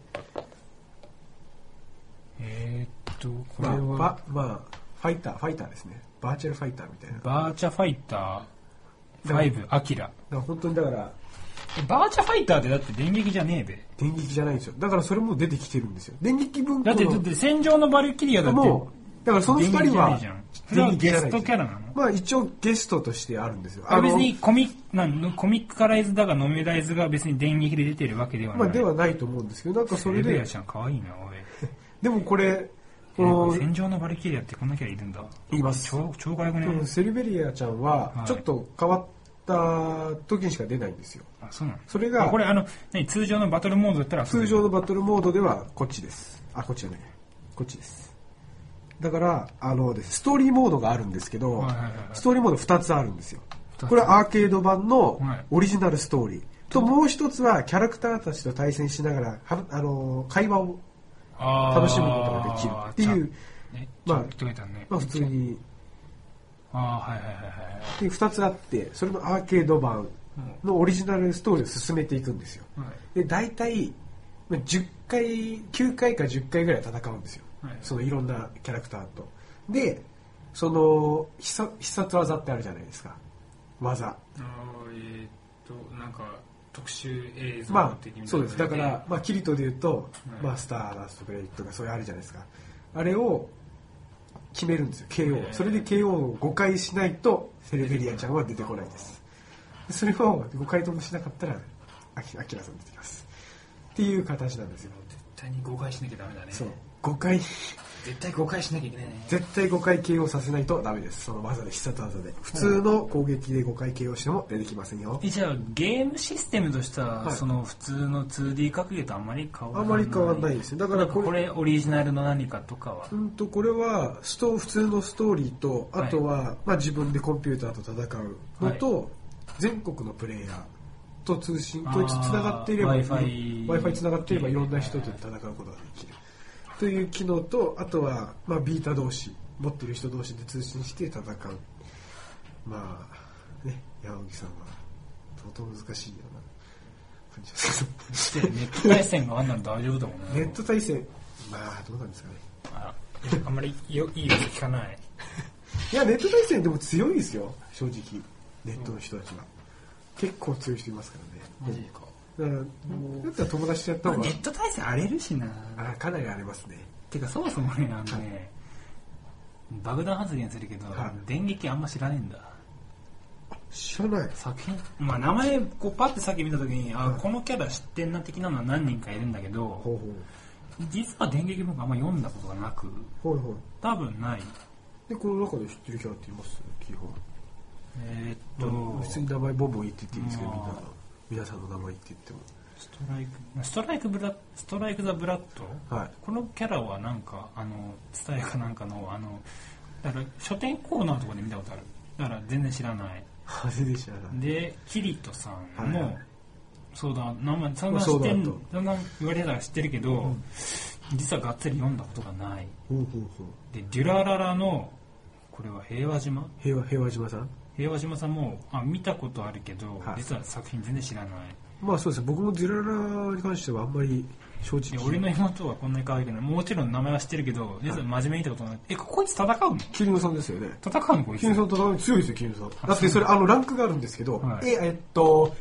えー、っとこれは、 まあ、まあファイターファイターですね。バーチャルファイターみたいな。 バーチャファイターファイブアキラ。 だから本当にだからバーチャファイターってだって電撃じゃねえべ。 電撃じゃないんですよ。だからそれも出てきてるんですよ。電撃文庫のだってだって戦場のバルキリアだってもうだからその二人は電撃ゲストキャラなの？ まあ一応ゲストとしてあるんですよ。 あ別にコミなんコミックカライズだがノメライズが別に電撃で出てるわけではない。 まあではないと思うんですけど、なんかそれで。 レベアちゃん可愛いなおい。 でもこれこの戦場のバルキリアってこんなキャラいるんだ。 います。 超超可愛くね。 セルベリアちゃんはちょっと変わった時にしか出ないんですよ。 あそうなの。 それがこれあの何通常のバトルモードだったら通常のバトルモードではこっちです。あこっちじゃないこっちです。だからあのですストーリーモードがあるんですけど、はいはいはい、ストーリーモードふたつあるんですよ。これはアーケード版のオリジナルストーリー、はい、ともう一つはキャラクターたちと対戦しながらはあの会話を楽しむことができるっていう、まあ、ね、まあ普通にあはいはいはいはいふたつあって、それのアーケード版のオリジナルストーリーを進めていくんですよ。はい、で大体じゅっかいきゅうかいかじゅっかいぐらい戦うんですよ。はい、そのいろんなキャラクターと。でその必殺、必殺技ってあるじゃないですか。技。あえー、っとなんか特殊映像的な、 まあそうです。だからまあキリトで言うと、はい、まあスターダストブレイクとかそういうあるじゃないですか。あれを決めるんですよ。ケーオー。それで ケーオー をごかいしないとセルベリアちゃんは出てこないです。それをごかいともしなかったらアキラさん出てきます。っていう形なんですよ。 絶対にごかいしなきゃダメだね。 そう。ごかい絶対ごかいしなきゃいけないね。 絶対ごかい ケーオー させないとダメです。その技で必殺技で普通の攻撃でごかい ケーオー しても出てきませんよ。 じゃあゲームシステムとしては、はい、その普通の ツーディー 格ゲーとあんまり変わらない。 あんまり変わらないですね。だからこれ、これオリジナルの何かとかはうんとこれはスト普通のストーリーとあとは、はい、まあ、自分でコンピューターと戦うのと、はい、全国のプレイヤーと通信とつながっていれば Wi-Fi つながっていればいろんな人と戦うことができるという機能と、あとは、まあ、ビータ同士持ってる人同士で通信して戦う。まあね、山口さんは相当難しいような感じですけどネット対戦があんなの大丈夫だもんね。 ネット対戦まあどうなんですかね。 あ, あんまりよいいよ聞かないいやネット対戦でも強いですよ正直。ネットの人たちは結構強い人いますからね。マジか。だからだったら友達とやった方がネット対戦荒れるしなあかなり荒れますね。 てかそもそもねあのね、はい、爆弾発言するけど、はい、電撃あんま知らねえんだ。 知らない作品、まあ、名前こうパッてさっき見た時に、はい、あこのキャラ知ってんな的なのは何人かいるんだけど、ほうほう実は電撃僕あんま読んだことがなく、ほうほう多分ない。 でこの中で知ってるキャラっています基本。 えー、っと、 まあ、普通に名前ボンボン言って言っていいんですけど、みんな皆さんの名前言って言ってもストライクストライクブラストライクザブラッド、はい、このキャラはなんかあの伝えかなんかのあのだから書店コーナーとかで見たことある。だから全然知らない。 全然知らない。 でキリトさんも、はいはい、そうだ名前散々知ってんだんだん言われたら知ってるけど、うん、実はがっつり読んだことがない。ほうほうほう。でデュラララのこれは平和島平和平和島さん平和島さんもあ見たことあるけど、はい、実は作品全然知らない。 まあそうですね。僕もデュララに関してはあんまり正直。 俺の妹はこんなに可愛いけど、もちろん名前は知ってるけど、実は真面目に言ったことない。え、こいつ戦うの？ キリノさんですよね。 戦うのこいつ？ キリノさん戦うの強いですよ、キリノさん。だってそれあのランクがあるんですけど、はい、ええっと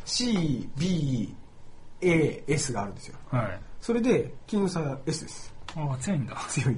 C、B、A、S があるんですよ。はい。それでキリノさん S です。 ああ強いんだ。 強いです。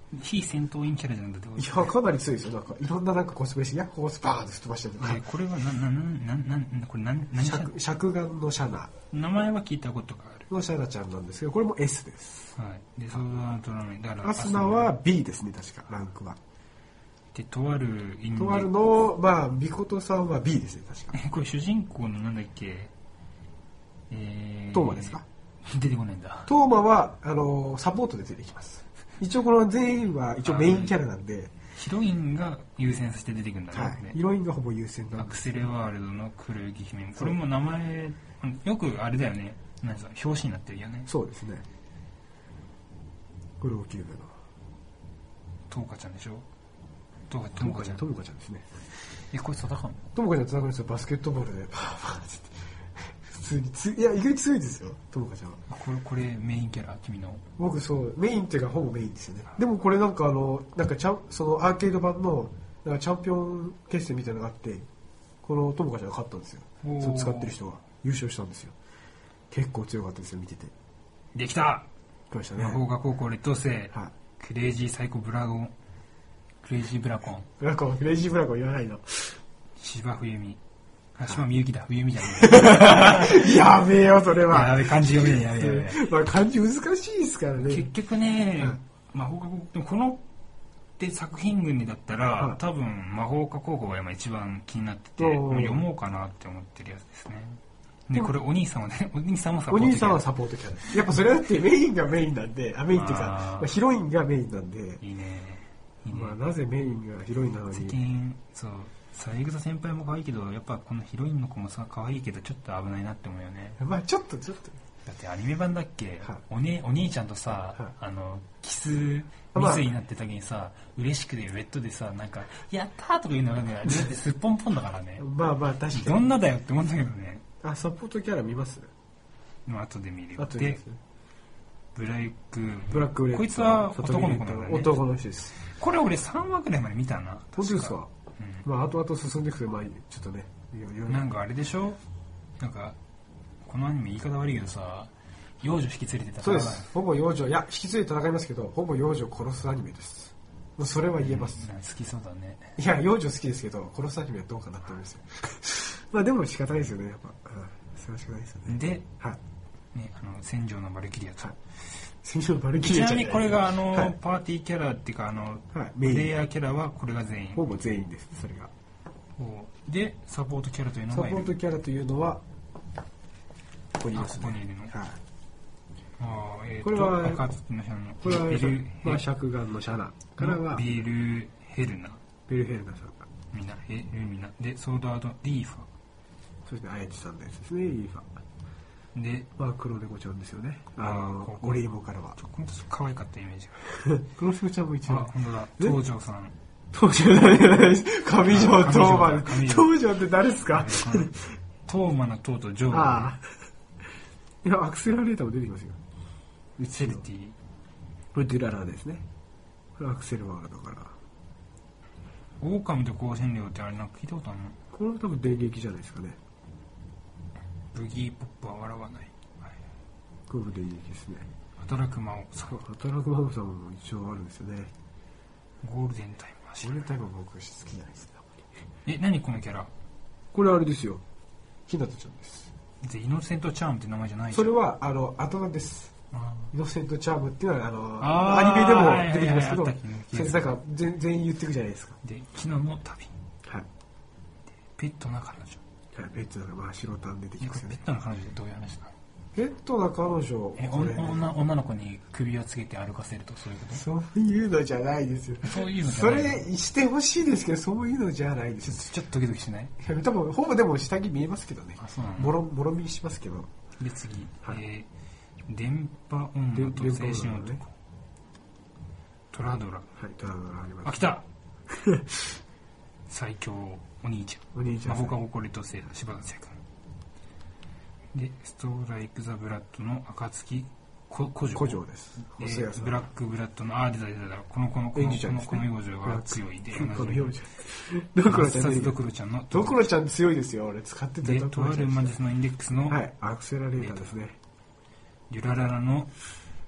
非戦闘員キャラじゃんだってこと。 いや、かなり強いですよ。なんか、いろんななんかコスプレして、ヤッホースバーンって吹っ飛ばしてるとか。 えこれはな、な、な、な、な、これ何、何尺尺眼のシャナ名前は聞いたことがある。 のシャナちゃんなんですけど、これも エス です。 はい。で、ソードアートラーメン。だからアスナは ビー ですね、確か、ランクは。 で、とあるインデとあるの、まあ、ミコトさんは ビー ですね、確か。 え、これ主人公のなんだっけえー、 トーマですか？ 出てこないんだ。 トーマは、あの、サポートで出てきます。一応この全員は一応メインキャラなんで、 ヒロインが優先させて出てくるんだね。 はい、ヒロインがほぼ優先なんアクです。 セレワールドの黒雪姫。これも名前、よくあれだよね。なんか表紙になってるよね。 そうですね。これ大きいの。 トーカちゃんでしょ。トーカ、トモカちゃん。 トモカちゃんですね。 え、これ戦うの？ トモカちゃん戦うんですよ。バスケットボールでパーパーって。普通についや意外と強いですよ、トモカちゃんは。 これこれメインキャラ君の？ 僕そうメインっていうかほぼメインですよね。でもこれなんかあのなんかチャンそのアーケード版のなんかチャンピオン決戦みたいなのがあって、このトモカちゃんが勝ったんですよ。その使ってる人が優勝したんですよ。結構強かったですよ、見てて。 できた。 来ましたね。 魔法学高校劣等生、 はい、 クレイジーサイコブラゴン、クレイジーブラコン、 ブラコン、クレイジーブラコン言わないの。 芝冬美。あ、島みゆきだ、冬美じゃねえ。やべえよ、それは。 やべえ、漢字読めない、やべえ。 まあ、漢字難しいですからね。 結局ね、魔法科高校、このって作品群だったら、はい、多分魔法科高校が今一番気になってて、読もうかなって思ってるやつですね。で、これお兄さんはね、お兄さんもサポートキャラ。 お兄さんはサポートキャラ。やっぱそれだってメインがメインなんで、あ、メインっていうか、まあ、ヒロインがメインなんで。 いいね。いいね。 まあ、なぜメインがヒロインなのに。 最近、そう。三枝先輩も可愛いけど、やっぱこのヒロインの子もさ可愛いけどちょっと危ないなって思うよね。 まあちょっとちょっと。 だってアニメ版だっけ、はい、お, ね、お兄ちゃんとさ、はい、あのキスミスになってた時にさ、まあ、嬉しくてウェットでさなんかやったーとか言うのがね、だってすっぽんぽんだからね。 まあまあ確かに。 どんなだよって思ったけどね。 あ、サポートキャラ見ます？ まあ後で見るよ。 後で、ね、 ブラックブラックウレッド。 こいつは男の子なんだね。 男の人です。 これ俺さんわぐらいまで見たな。 本当ですか？うん、まあ後々進んでいくとまあちょっとねなんかあれでしょ、なんかこのアニメ言い方悪いけどさ、幼女引き連れて戦う。 そうです。ほぼ幼女、いや引き連れて戦いますけどほぼ幼女を殺すアニメです。もうそれは言えます、 うん、好きそうだね。 いや幼女好きですけど殺すアニメはどうかなって思いますよまあでも仕方ないですよね、やっぱ、うん、それは仕方ないですよね。 で、 はいね、あの戦場のバルキリアと、はい、 戦場のバルキリアちなみにこれがあの、 はい、 パーティーキャラっていうかあの、 はい、 プレイヤーキャラはこれが全員ほぼ全員です。それがでサポートキャラというのはサポートキャラというのはここにいますね。 ここにいるの、はい、あえー、 これは赤月のシャナのこれはビル、まあ、尺眼のシャナからはビルヘルナビルヘルナさんがみんなえルミナでソードアートリーファそしてあやちさんのやつですね。リーファでまあ黒猫ちゃんですよね。あのオリーモからはこの人可愛かったイメージが黒猫ちゃんも一応あ本当だ東條さん東條誰じゃないです。上条東馬東條って誰ですか？ 東馬の東と上馬。 ああいやアクセラレーターも出てきますよ。 セルティこれデュララですね。これアクセルワールドからオオカミと光線量ってあれなんか聞いたことあるの？ これは多分電撃じゃないですかね。 ブギーポップは笑わない、はい、 これも電撃ですね。 働く魔王さん働く魔王さんも一応あるんですよね。 ゴールデンタイムゴールデンタイムは僕好きじゃないですね。 え、何このキャラ？ これあれですよ、ひなたちゃんです。 でイノセントチャームって名前じゃない？ それはあのあだ名です。イノセントチャームっていうのはあのあアニメでも出てきますけど、 はいはいはい、 それなんか全全員言っていくじゃないですか。 で昨日の旅、 はい、 ペットな彼女、 はい、ペットなまあ白タン出てきますよね。 ペットな彼女ってどういう話なの？ ペットな彼女えこれ女女の子に首をつけて歩かせるとそういうこと？ そういうのじゃないですよ。 そういうのじゃない。 それしてほしいですけどそういうのじゃないです。 ちょっとドキドキしない？ 多分ほぼでも下着見えますけどね。 あそうなの？ もろもろ見しますけど。 で次、 はい、 えー、電波女と青春男、ね、トラドラ、 はいトラドラあります。 あ来た最強お兄ちゃん、 お兄ちゃん魔法科高校劣等生柴田千君でストーライクザブラッドの暁古城古城です。 えー、ブラックブラッドのあー出た出た出たこの子のこの子のこの幼女が強いでドクロちゃんドクロちゃんのドクロちゃん強いですよ。俺使ってたでとある魔術のインデックスのはいアクセラレーターですね。 デュラララの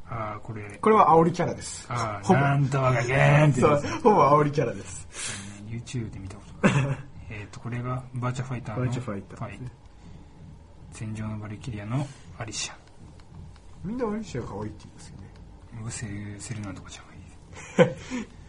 ああこれこれは煽りキャラです。 ああなんとかがゲーンってそうほぼ煽りキャラです。 YouTube で見たことあるえっとこれがバーチャファイターのバーチャファイター、ね、 戦場のバリキリアのアリシャ。 みんなアリシャが可愛いって言いますよね。 僕セルセルナとかじゃない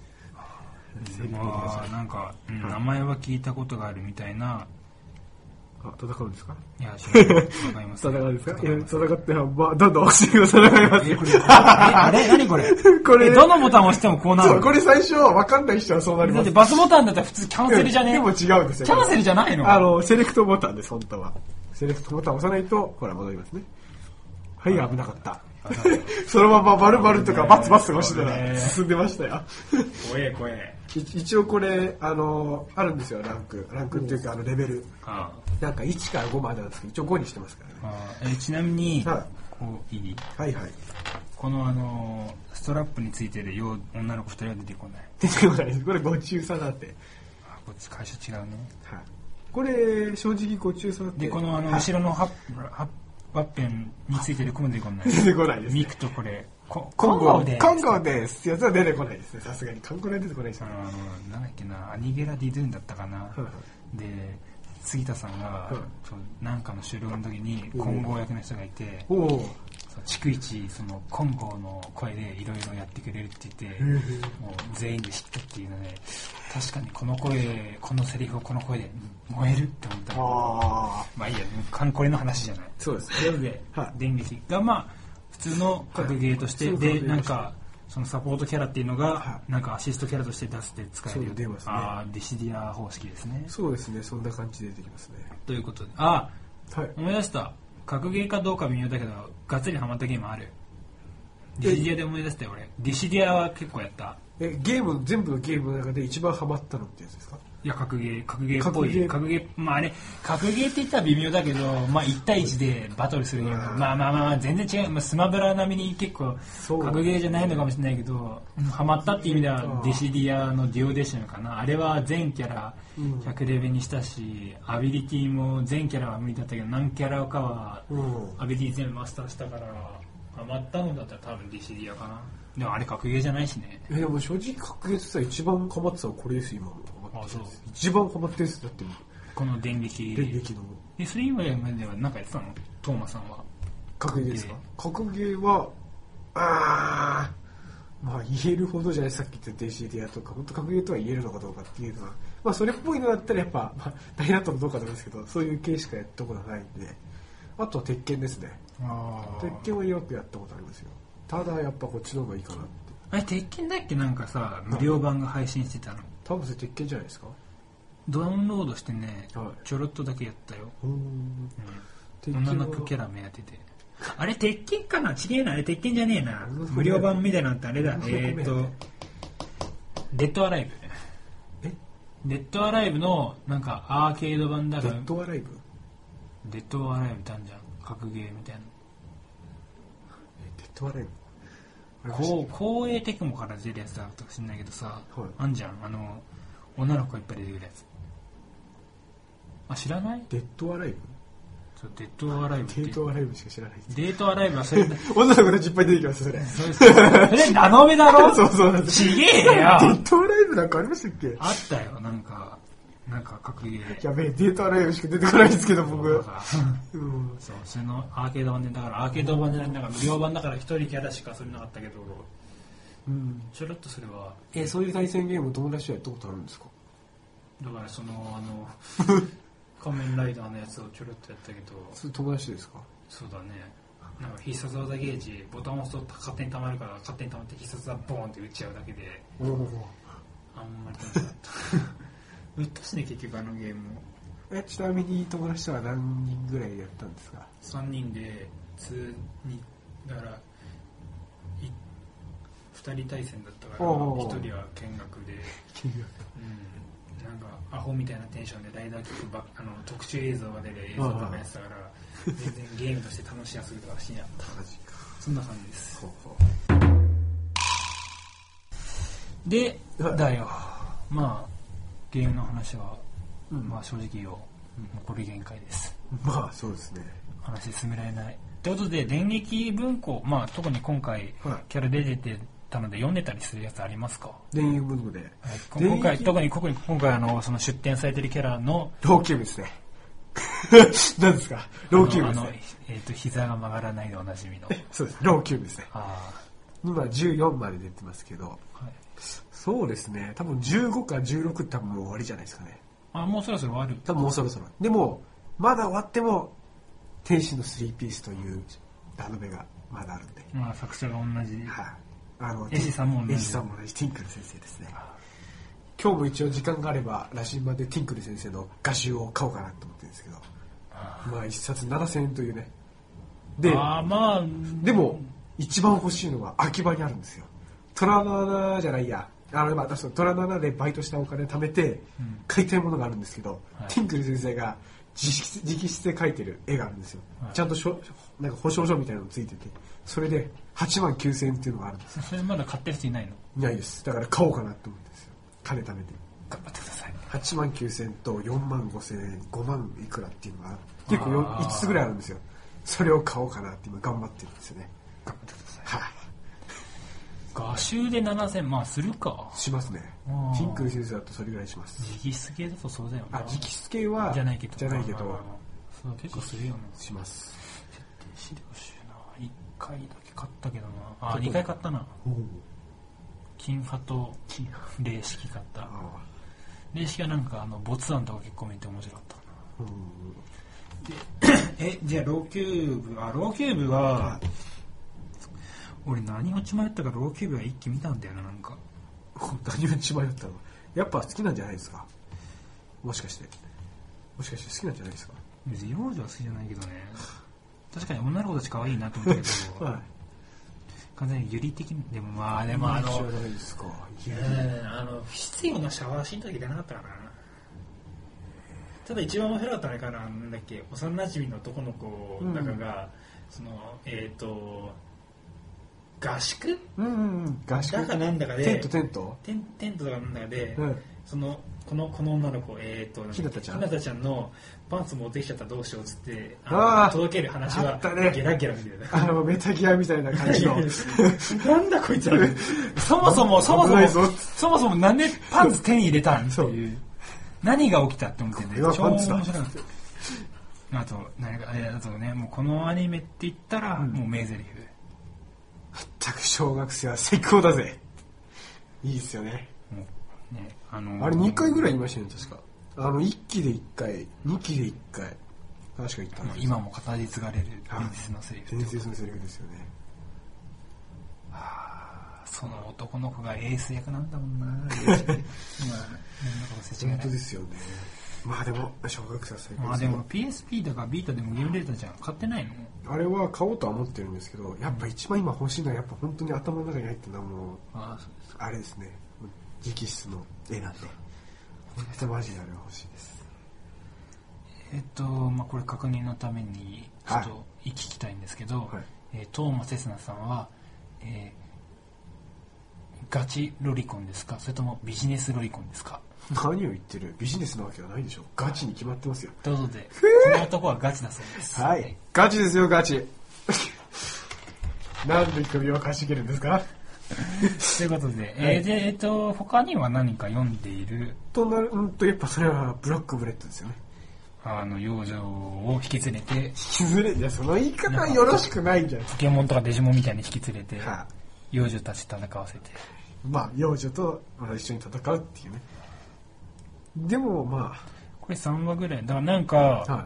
あなんか、うん、名前は聞いたことがあるみたいな。 あ、戦うんですか？ いや、戦います。 戦うんですか？いや、戦って、まあ、どんどん押してください。戦います。 え、これ、え、あれ何これこれ、どのボタンを押してもこうなるの？そう、 これ最初、わかんない人はそうなります。 だってバスボタンだったら普通キャンセルじゃねえ？ でも違うんですよ。 キャンセルじゃないの？ あの、セレクトボタンです、本当は。セレクトボタンを押さないと、ほら、戻りますね。はい、危なかった。そのままバルバルとかバツバツとか押してたら進んでましたよ。 怖え怖え。 一応これあのあるんですよ、ランクランクっていうかあのレベル。ああなんかいちからごまでなんですけど、一応ごにしてますからね。 あえちなみに、はい、こういい？はいはい。このあのストラップについてるよう女の子ふたりは出てこない。出てこないです。これご中差だって。あこっち会社違うね。はい。これ正直ご中差だって。でこのあの後ろのハッハッワッペンについてる子も出てこない。出てこないです、ね。ミクとこれ。コンゴです。コンゴです。やつは出てこないですね。さすがに。コンゴは出てこないです、ね。あの、なんだっけな、アニゲラ・ディドゥーンだったかな。はいはい、で、杉田さんが、はい、なんかの収録の時に、コンゴ役の人がいて、逐一、その、コンゴの声でいろいろやってくれるって言って、もう全員で知ったっていうので、確かにこの声、このセリフをこの声で燃えるって思ったら、あまあいいや、これの話じゃない。そうです。それで、はい、電撃が、まあ、普通の格ゲーとして、はい、でなんかそのサポートキャラっていうのが、はい、なんかアシストキャラとして出して使えるよ。出ますね。あディシディア方式ですね。そうですね、そんな感じで出てきますね。ということで、あ、はい、思い出した。格ゲーかどうか微妙だけどがっつりハマったゲームある。ディシディアで思い出したよ俺。ディシディアは結構やった。えゲーム全部のゲームの中で一番ハマったのってやつですか？いや格ゲー格ゲーっぽい格ゲーまああれ格ゲーって言ったら微妙だけどまあいち対いちでバトルするゲームまあまあまあ全然違う、まあ、スマブラ並みに結構格ゲーじゃないのかもしれないけどハマったっていう意味ではディシディアのデュオデションかな。あれは全キャラひゃくレベルにしたしアビリティも全キャラは無理だったけど何キャラかはアビリティ全部マスターしたからハマったのだったら多分ディシディアかな。でもあれ格ゲーじゃないしね。えでも正直格ゲーってさ一番ハマってたのこれです今も。あそう一番ハマってるやつだってこの電撃電撃のえそれ今では何かやってたのトーマさんは？格ゲーですか？格ゲーはあまあ言えるほどじゃない。さっき言った ディーシーディー とか本当格ゲーとは言えるのかどうかっていうのはまあそれっぽいのだったらやっぱ、まあ、大納豆のどうかと思うんですけどそういう系しかやったことないんであとは鉄拳ですね。あ鉄拳はよくやったことありますよ。ただやっぱこっちの方がいいかなって。あれ鉄拳だっけなんかさ無料版が配信してたの。多分それ鉄拳じゃないですか。ダウンロードしてね、はい、ちょろっとだけやったよ。うん、女の子キャラ目当ててあれ鉄拳かな？違えなあれ鉄拳じゃねえな無料版みたいなのってあれだえーっとデッドアライブえデッドアライブのなんかアーケード版だからデッドアライブデッドアライブたんじゃん格ゲーみたいなデッドアライブこう光栄テクモから出るやつだったか知んないけどさ、はい、あんじゃんあの女の子いっぱい出てくるやつ。あ知らない？デッドアライブ？そうデッドアライブってデートアライブしか知らない。デートアライブはそれ女の子たちいっぱい出てきますそれ。それそれラノベだろ？そうそうなんです。ちげえよ。デッドアライブなんかありましたっけ？あったよなんかなんか格ゲーやべえデートアライブしか出てこないんですけど僕。うん、そうそれのアーケード版でだからアーケード版じゃないんだから無料版だから一人キャラしかそれなかったけど、うん、ちょろっとそれはえそういう対戦ゲーム友達とやったことあるんですか？だからそのあの仮面ライダーのやつをちょろっとやったけどそれ友達ですか？そうだねなんか必殺技ゲージボタンを押すと勝手に溜まるから勝手に溜まって必殺技ボーンって打っちゃうだけでおあんまり楽しかった打ったしね結局あのゲームもえちなみに友達とは何人ぐらいやったんですか？さんにんで普通にだからふたり対戦だったからひとりは見学で見学、うん、なんかアホみたいなテンションでライダーキックばあの特殊映像が出る映像とかやってたから全然ゲームとして楽しい遊びとかしにあったそんな感じですでだよまあゲームの話は、うん、まあ正直よ、うん、残り限界ですまあそうですね話進められないということで電撃文庫、まあ、特に今回、はい、キャラ出ててたので読んでたりするやつありますか？ 電撃文庫で、はい、 今回特に特に今回あのその出展されてるキャラのローキューブですね。何ですか？ローキューブですね。 あの、えーと、膝が曲がらないでおなじみの。 そうです。ローキューブですね。 あ今じゅうよんまで出てますけど、はい、そうですね。多分じゅうごかじゅうろく多分もう終わりじゃないですかね。 あ、もうそろそろ終わる。 多分もうそろそろ。でもまだ終わっても天使のスリーピースというラノベがまだあるんで。 まあ作者が同じ。 はい、あの絵師さんも同じ。 絵師さんも同じティンクル先生ですね。今日も一応時間があれば羅針盤でティンクル先生の画集を買おうかなと思ってるんですけど、まあ一冊ななせんえんというね。で、 あまあでも一番欲しいのは秋葉にあるんですよ。虎の穴じゃないや。あのまあ虎の穴でバイトしたお金貯めて買いたいものがあるんですけど、うん、ティンクル先生が直筆で描いてる絵があるんですよ。はい、ちゃんとしょなんか保証書みたいなのついてて、それではちまんきゅうせんえんっていうのがあるんですよ。 それまだ買ってる人いないの？ いないです。だから買おうかなと思ってんですよ。金貯めて頑張ってください。 はちまんきゅうせんえんとよんまんごせんえん、ごまんいくらっていうのが結構いつつぐらいあるんですよ。それを買おうかなって今頑張ってるんですよね。 頑張ってください。 はい、 画集でななせんまあするか。 しますね。ティンクル先生だとそれぐらいします。 直筆系だとそうだよね。 あ、直筆系はじゃないけどじゃないけどそう結構するよね。 します。 設定資料集ないっかいだけ買ったけどなあ、にかい買ったな。金派と霊式買った。霊式はなんかあの没案とか結構見て面白かったな。でえじゃあローキューブあローキューブは俺何を血迷ったかローキューブは一気見たんだよな。なんか何を血迷ったの？やっぱ好きなんじゃないですか？もしかしてもしかして好きなんじゃないですか？ 別に幼女は好きじゃないけどね。確かに女の子たち可愛いなと思ったけど、はい、完全にユリ的にでもまあでもあの知らないですか？ えー、あの必要なシャワーシーンだけ出なかったかな。ただ一番面白かったのかな、なんだっけ、幼馴染の男の子だかが、うん、そのえっ、ー、と合宿、 うんうん、合宿だかなんだかでテントテントテンテントとかなんだかで、 うん、 そのこのこの女の子えっ、ー、とひなたちゃんひなたちゃんのパンツ持ってきちゃったらどうしようっつってああ届ける話はゲラゲラみたいな、 あのメタギアみたいな感じのなんだこいつらそもそもそもそもそもそもなんでパンツ手に入れたんっていう何が起きたって思ってね。超面白いんですよ。あと何かあとね、もうこのアニメって言ったら、うん、もう名台詞。 全く小学生は最高だぜ。いいですよね。 もうね、あのー、 あれにかいぐらい言いましたよね、確か。あのいっきでいっかい、にきでいっかい、確か言ったんです。 今も語り継がれる伝説のセリフ。 伝説のセリフですよね。 その男の子がエース役なんだもんな。今本当ですよね。まあでも小学生は最高です。 まあでも ピーエスピー だからビータでもゲームデータじゃん。買ってないの？ あれは買おうとは思ってるんですけど、やっぱ一番今欲しいのはやっぱ本当に頭の中に入ってるのはもう あ, そうですあれですね。直筆の絵なんで。本当マジであれは欲しいです。 えっとまあこれ確認のためにちょっと聞きたいんですけど、はい、えー、東間刹那さんは、えーガチロリコンですか、それともビジネスロリコンですか？ 何を言ってる、ビジネスなわけはないでしょ。ガチに決まってますよ。 ということでこの男はガチだそうです。 はい、ガチですよ、ガチ。何で首をかしげるんですか？ ということで、はい、えー、でえっ、ー、と他には何か読んでいるとなるうんとやっぱそれはブラックブレッドですよね。 あの幼女を引き連れて引き連れいやその言い方はよろしくないんじゃない。 ポケモンとかデジモンみたいに引き連れて、はあ、幼女たち戦わせて、 まあ幼女と一緒に戦うっていうね。でもまあこれさんわぐらいだからなんか、はい、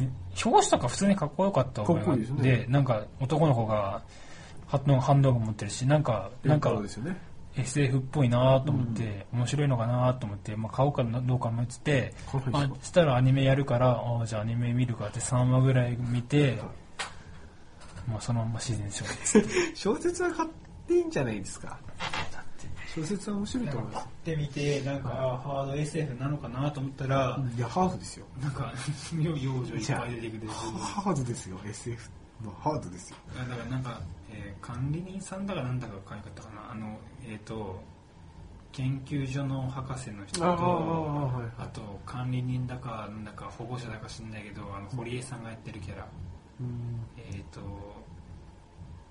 表紙とか普通にかっこよかったかっこいいですね。 でなんか男の子がハンドガン持ってるしなんかなんかですよね、 エスエフ っぽいなと思って、うん、面白いのかなと思って、まあ、買おうかどうか思ってて、あしたらアニメやるからあじゃあアニメ見るかってさんわぐらい見て、はい、まあ、そのまま自然勝利です小説は買っていいんじゃないですか。だって小説は面白いと思います。 買ってみてなんか、はい、ハード エスエフ なのかなと思ったら、 いやハードですよ。 なんか幼女いっぱい出てくる。 ハードですよ エスエフ。まあ、ハードですよ。 だからなんか、えー、管理人さんだかなんだか書いてあったかな、あのえっ、ー、と研究所の博士の人と あ,、はい、あと管理人だかなんだか保護者だか知んないけどあの堀江さんがやってるキャラ、うん、えっ、ー、と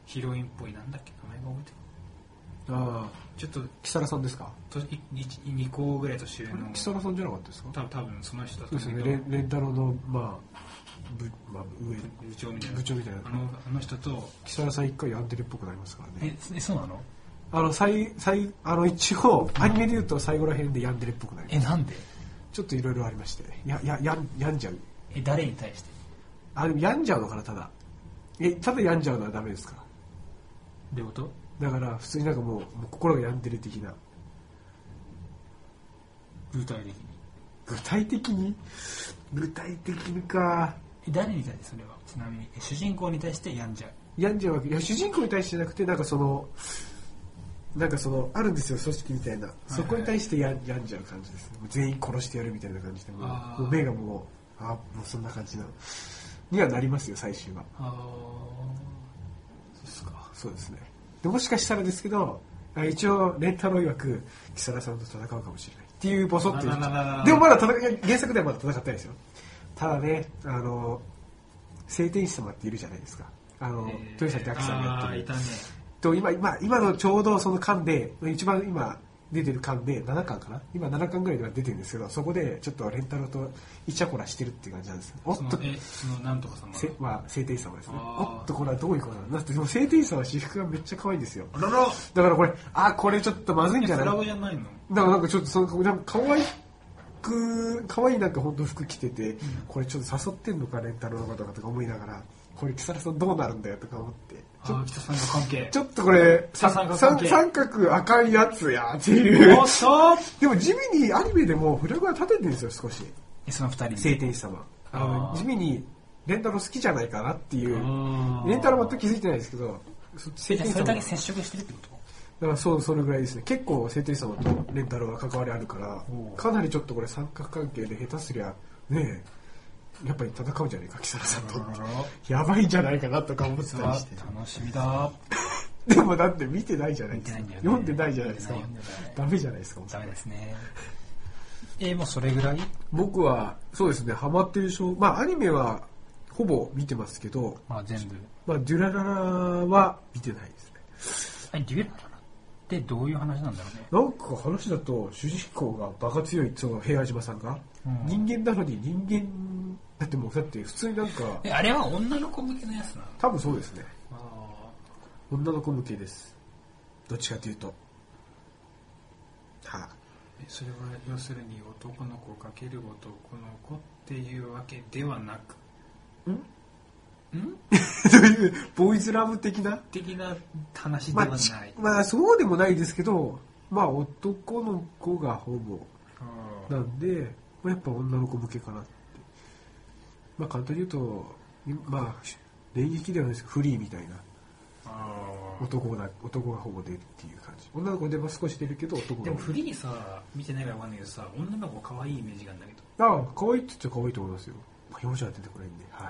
ヒロインっぽい、なんだっけ名前が覚えてああちょっと木更さんですか。 とにこぐらい年上の木更さんじゃなかったですか。 多分多分その人だそうですね。 と思うけどレンレンタロのまあ部まあ上部長みたいな部長みたいなあのあの人と木更さん一回ヤンデレっぽくなりますからね。 えそうなの？ あの最最あの一応アニメで言うと最後ら辺でヤンデレっぽくなります。 えなんで？ ちょっといろいろありましてやややんやんじゃう。 え誰に対して？ あでも病んじゃうのかな。ただえただ病んじゃうのはダメですか。 どういうこと？ だから普通になんかもうもう心が病んでる的な。 具体的に具体的に具体的にか。 え誰に対してそれは？ちなみにえ主人公に対して病んじゃう？ 病んじゃうわけ。いや主人公に対してじゃなくてなんかそのなんかそのあるんですよ組織みたいな、そこに対してや病んじゃう感じです。もう全員殺してやるみたいな感じでもうあーもう目がもうあもうそんな感じなにはなりますよ最終は。 ああそうですか。 そうですね。でもしかしたらですけどあ一応レンタロウ曰く木更さんと戦うかもしれないっていうボソって言うあららららでもまだ戦い原作ではまだ戦ってないですよ。ただねあの聖天使様っているじゃないですか。あの、 えー豊崎亜紀さんがやってるあーいたね。 と今今今のちょうどその巻で一番今出てる巻でななかんかな。今ななかんぐらいでは出てるんですけど、そこでちょっとレンタロウとイチャコラしてるっていう感じなんです。おっとそのえそのなんとか様せまあ聖天使様ですね。 あーおっとこれはどういうことなんだって。でも聖天使様は私服がめっちゃ可愛いんですよ。 あららだからこれあこれちょっとまずいんじゃない。 フラだかグじゃないの？ らなんかちょっとそのなんか可愛く可愛いなんか本当服着てて、これちょっと誘ってんのかレンタロウのことかとか思いながら、これ木更さんどうなるんだよとか思って。ちょああ北さんが関係ちょっとこれささ三角関係三角赤いやつやっていうおっとでも地味にアニメでもフラグは立ててるんですよ少し。 えその二人聖天使様あのあー地味にレンタロウ好きじゃないかなっていう。 あーレンタロウ全く気づいてないですけど聖えじゃあそれだけ天使様だ接触してるってこと？ からそうそれぐらいですね。結構聖天使様とレンタロウは関わりあるからかなりちょっとこれ三角関係で下手すりゃねえやっぱり戦うんじゃないか木更さんとやばいんじゃないかなとか思ってたりして。 楽しみだ。 でもだって見てないじゃないですか。 見てないんだよね読んでないじゃないですか。 読んでないダメじゃないですか。 ダメですね。えもうそれぐらい？ 僕はそうですねハマってるショーまあアニメはほぼ見てますけど、 まあ全部。 まあデュラララは見てないですね。 えデュラララってどういう話なんだろうね。 なんか話だと主人公がバカ強いその平和島さんが、 うん人間なのに人間だってもうだって普通になんかえあれは女の子向けのやつなの？ 多分そうですね。 あ女の子向けです。どっちかというと。はあ、 ーえそれは要するに男の子かける男の子っていうわけではなくんんそういうボーイズラブ的な的な話でまあ、 はない、 ちまあそうでもないですけどまあ男の子がほぼあーなんで、まあ、やっぱ女の子向けかなってまあ簡単に言うといまあ連撃ではないですけどフリーみたいなあ男が男がほぼ出るっていう感じ。女の子でも少し出るけど男がーでもフリーさ見てないからわかんないけどさ女の子可愛いイメージがあるんだけどああ可愛いって言っちゃ可愛いと思いますよ。まあ表情は出てこないんではい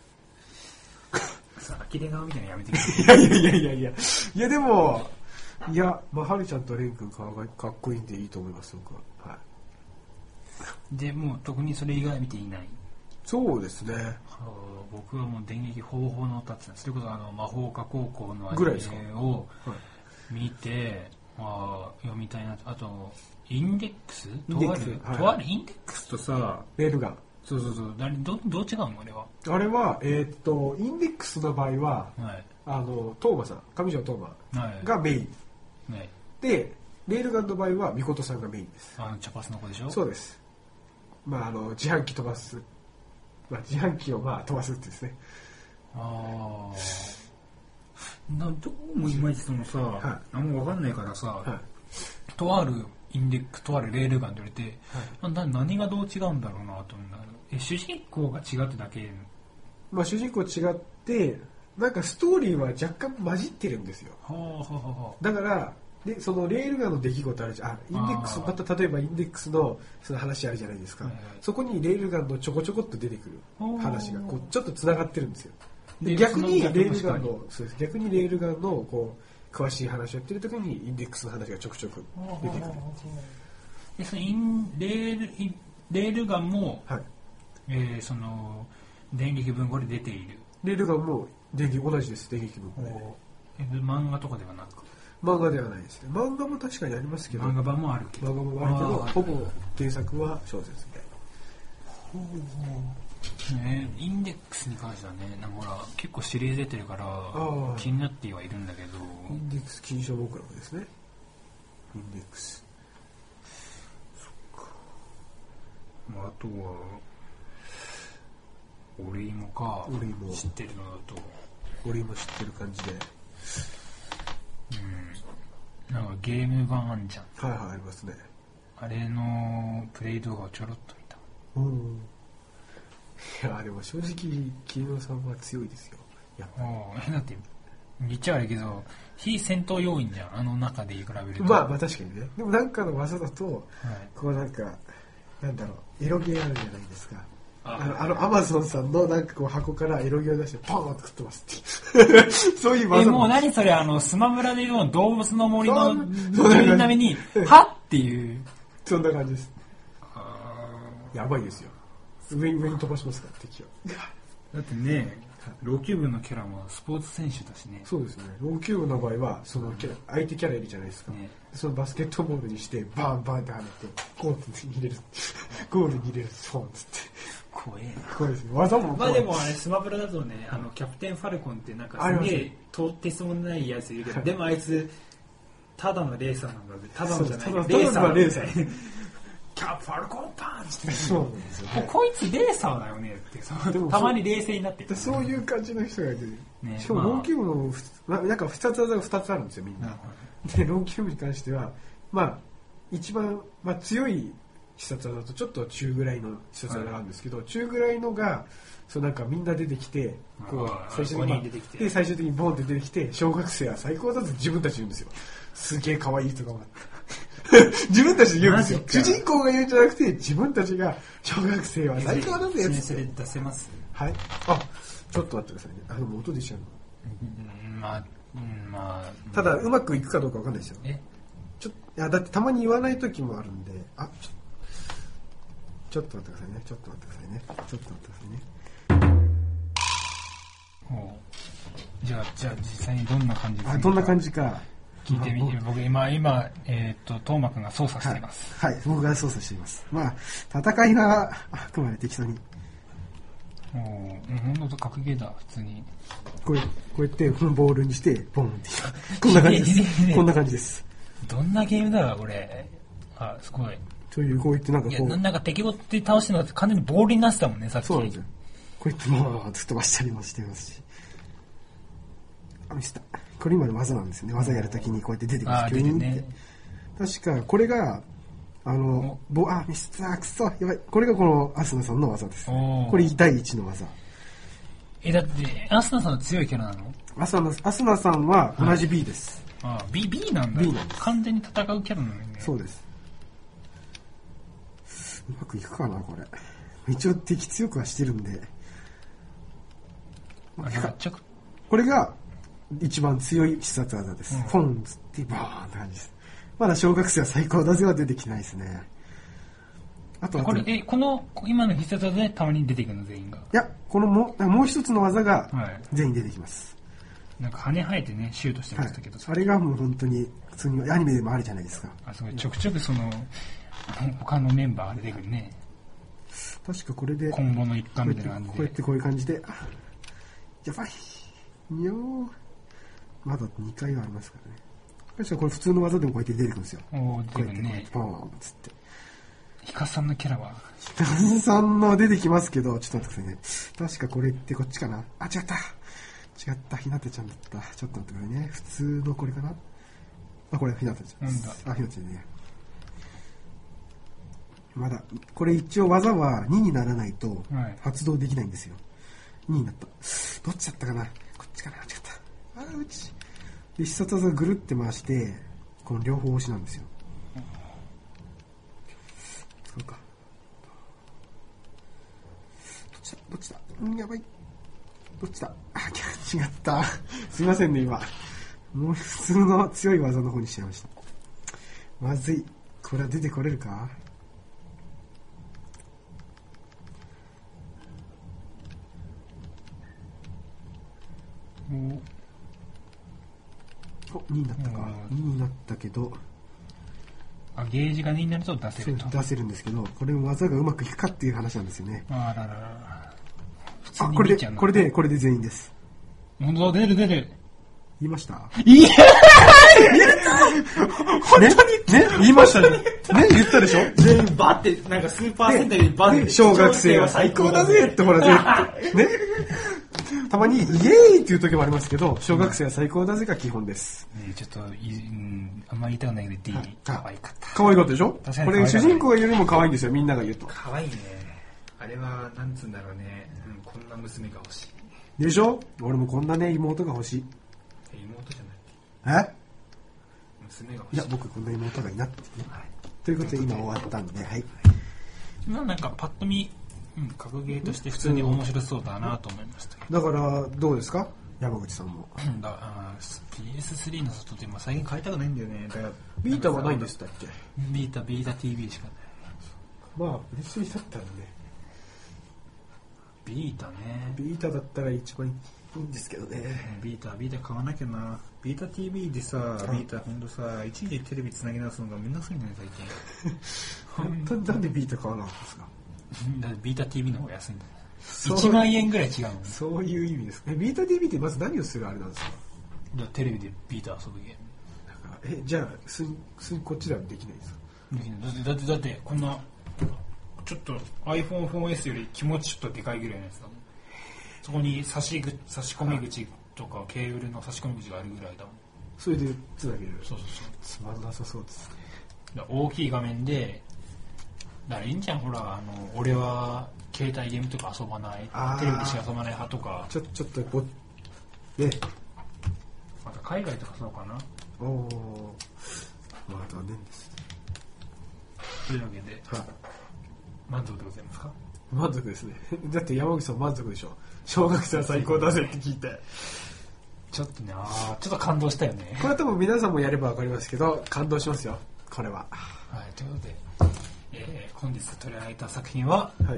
さ呆れ顔みたいなのやめてくいやいやいやいやいやいやでもいやまあはるちゃんとレン君かわいかっこいいんでいいと思います僕は。はいでもう特にそれ以外は見ていない。 そうですね。 あ僕はもう電撃方法の達それこそあの魔法科高校のアニぐらいですかメをはい見て、まあ、読みたいなと。あとインデックスインデッとある、 クスはいとあるインデックスとさレールガンそうそうそう誰どどう違うのあれは。 あれはえーっとインデックスの場合ははいあのトーマさん上条トーマはいがメインはいでレールガンの場合はみことさんがメインです。 あの茶髪の子でしょ。 そうです。まああの自販機飛ばす、まあ、自販機をまあ飛ばすってですね。 ああなどうもいまいちそのさ、 はあんま分かんないからさ、 はとあるインデックスとあるレールガンって言われて、な何がどう違うんだろうなと思うんだけどえ主人公が違ってだけ。 まあ主人公違ってなんかストーリーは若干混じってるんですよ。 はあはあはだからでそのレールガンの出来事あるじゃん。あインデックスあーまた例えばインデックスのその話あるじゃないですか、 はいはいそこにレールガンのちょこちょこっと出てくる話がこうちょっとつながってるんですよ。でで逆にそのレールガン逆ものそうです逆にレールガンのこう詳しい話をやってる時にインデックスの話がちょくちょく出てくる。 でそのインレールインレールガンも、 はい、 えーその電撃文庫で出ている。 レールガンも電撃同じです電撃文庫で。 え漫画とかではなく漫画ではないですね。漫画も確かにありますけど、 漫画版もあるけど漫画もあるけど、 あーほぼ原作は小説みたいね、インデックスに関してはね、なんかほら結構シリーズ出てるからー気になってはいるんだけど、 な。インデックス金賞目録ですね。インデックス。 まあ、あとは俺芋か、 俺芋知ってるのだと、 俺も知ってる感じで。 うん、なんかゲーム版あんじゃん。 はいはい、ありますね。 あれのプレイ動画をちょろっと見た。 うん。いや、でも正直、桐野さんは強いですよ。やっぱおーだって言っちゃ悪いけど非戦闘要員じゃん、あの中で比べると。 まあまあ確かにね。でもなんかの技だと、 はい、 こうなんか、なんだろう、エロゲーあるじゃないですか。 ああの、あのアマゾンさんのなんかこう箱からエロゲーを出してパーンと食ってますっていう。そういう技え、もう何それ、あの、スマブラでいうの動物の森のそう住人並みに、はっっていう。 そんな感じです。 あやばいですよ。上に上に飛ばしますから、敵は。 だってね、老朽部のキャラもスポーツ選手だしね。 そうですね。ローキューブの場合は、そのキャラ、相手キャラいるじゃないですか。 ね、 そのバスケットボールにして、バンバンって跳ねて、ゴールに入れる。ゴールに入れる。そうっつって。 怖えな。 怖いですね。技もま怖い。 あでもあれスマブラだとね、あのキャプテンファルコンってなんかすげえ通ってそうもないやついるけど、でもあいつただのレーサーなんだぜ。ただのじゃないそうただレーサーただのレーサーキャファルコンパンチってそうなんですよね。 こいつレーサーだよねってそでものたまに冷静になってでそういう感じの人がいて、 ねしかもまあローキューブのふつ、ななんかふたつ技がふたつあるんですよ、みんな。で、ローキューブに関しては、まあ、一番、まあ、強い必殺技とちょっと中ぐらいの必殺技があるんですけど、中ぐらいのが、そうなんかみんな出てきて、こうあ、ー最初に、 ごにまあん出てきてで、最終的にボンって出てきて、小学生は最高だって自分たち言うんですよ。すげえ可愛いとかも。自分たちで言うんですよ。 マジか主人公が言うんじゃなくて、自分たちが、小学生は最高だぜ先生で出せますはい。あ、ちょっと待ってくださいね。あ、でも音出ちゃうの。 うんまあ、うんまあ、 ただ、うまくいくかどうかわかんないですよ。 えちょいや、だってたまに言わない時もあるんで、あ、ちょちょっと待ってくださいね。ちょっと待ってくださいね。ちょっと待ってくださいね。 ほうじゃあ、じゃあ実際にどんな感じですあ、 かどんな感じか。 聞いてみて、僕今、今、えっ、と、トーマくんが操作しはいています。。 はい、僕が操作しています。まあ、戦いは、あくまで適当に。 おーうん、ほんと格ゲーだ、普通に。 こうやこうやって、このボールにして、ボンって。こんな感じです。こんな感じです。 どんなゲームだ、これ。あ、すごい。 という、こうやってなんかいや、 こう。 ななんか敵ごって倒してるのが完全にボールになってたもんね、さっき。 そうなんですよ。こうやってもう、ずっと飛ばしたりもしてますし。あ、ミスった。これ今の技なんですよね。技やるときにこうやって出てくるんあー、 です急に出てね。 確か、これが、あの、ぼ、あ、ミスった、くそ、やばい。これがこのアスナさんの技です。 おーこれだいいちの技。 え、だって、アスナさんの強いキャラなのアスナ、アスナさんは同じ B です。 あ、B、B なんだ。 B なんです完全に戦うキャラなのね。 そうです。うまくいくかな、これ。一応敵強くはしてるんで。 あれ、めっちゃく、 これが一番強い必殺技です。 うんフォンつってバーンって感じです。まだ小学生は最高だぜは出てきてないですね。あとはこれ、え、この、今の必殺技でたまに出てくるの、全員が。 いや、このもうもう一つの技がはい。 全員出てきます。 なんか羽生えてね、シュートしてまはいしたけど、。 あれがもう本当に普通にアニメでもあるじゃないですか。 あ、すごい、ちょくちょくその、他のメンバーが出てくるね。 確かこれで、こ今後の一環うやってみたいな感じで。 こうやってこういう感じで、あやばい。にょー。まだにかいはありますからね。確かこれ普通の技でもこうやって出てくるんですよ。 おー、 こうやってこうやっ出てくるねて。ボーンっつって。 ヒカさんのキャラは、 ダンさんの出てきますけど、ちょっと待ってくださいね。確かこれってこっちかな。あ、違った。違った。ひなてちゃんだった。ちょっと待ってくださいね。普通のこれかな。あ、これひなてちゃんです。 なんあ、ひなてちゃんね。まだ、これ一応技はににならないとはい発動できないんですよ。にになった。どっちだったかな。こっちかな。違った。あー、うち。で、必殺技ぐるって回して、この両方押しなんですよ。そうか。どっちだどっちだうん、やばい。どっちだあ、違った。すいませんね、今。もう普通の強い技の方にしちゃいました。まずい。これは出てこれるかおおにになったか、にになったけど、 あゲージがにになると出せると。 出せるんですけど、これ技がうまくいくかっていう話なんですよね。 あらららら。普通あ、これでに見ちゃうのこれでこれで全員です。 本当だ、出る出る。 言いました？ いや本当にね、言いましたね。ね、言ったでしょ？ 全員バって、なんかスーパー戦隊にバって。 小学生は最高だぜってほら、ぜね。たまにイエーイっていう時もありますけど、小学生は最高だぜが基本です。 ね、ちょっとい、うん、あんまり言いたくないけど D、可愛かった。 可愛かったでしょ？これ主人公が言うよりも可愛いんですよ、みんなが言うと。 可愛いね。あれは、なんつうんだろうね。うん、こんな娘が欲しい。 でしょ？俺もこんなね、妹が欲しい。 え、妹じゃない。 え？ 娘が欲しい。 いや、僕こんな妹がいいなってね。はい。ということで今終わったんで、はい。 なんかパッと見、うん、格ゲーとして普通に面白そうだなと思いましたけど。 だからどうですか、山口さんも。 だあ ピーエススリー の外って今最近買いたくないんだよね。だからビータはないんですだっけ？ ビータビータ ティーブイ しかない。 まあ嬉しいだったらね。 ビータね。 ビータだったら一番いいんですけどね。 ビータビータ買わなきゃな。ビータ ティーブイ でさ、ビータほんとさ、一時でテレビつなぎ直すのがめんどくさいんだよね最近。なんでビータ買わなかったんですか？ だってビータ ティーブイ の方が安いんだよ。いちまんえんぐらい違うの。 そういう意味ですか。え、ビータ ティーブイ ってまず何をするあれなんですか？ だテレビでビータ遊ぶゲーム。 だからえ、じゃあすんすんこっちではできないんですか？ できない。だってだってだってこんなちょっと アイフォンフォーエス より気持ちちょっとでかいぐらいのやつだもん。そこに差しぐ差し込み口とかケーブルの差し込み口があるぐらいだもん。 それでつなげる。 そうそうそう。 つまんなさそうですね。 大きい画面で、だからいいんじゃん、ほら、あの俺は携帯ゲームとか遊ばない、テレビでしか遊ばない派とか。 ちょちょっとこね。 また海外とかそうかな。 おお。まあ残念です。 というわけで、はい、満足でございますか？ 満足ですね。だって山口さん満足でしょ。小学生は最高だぜって聞いて。 ちょっとね、あちょっと感動したよね。 これは多分皆さんもやれば分かりますけど、感動しますよ、これは。 はい、ということで、えー、本日取り上げた作品は、はい、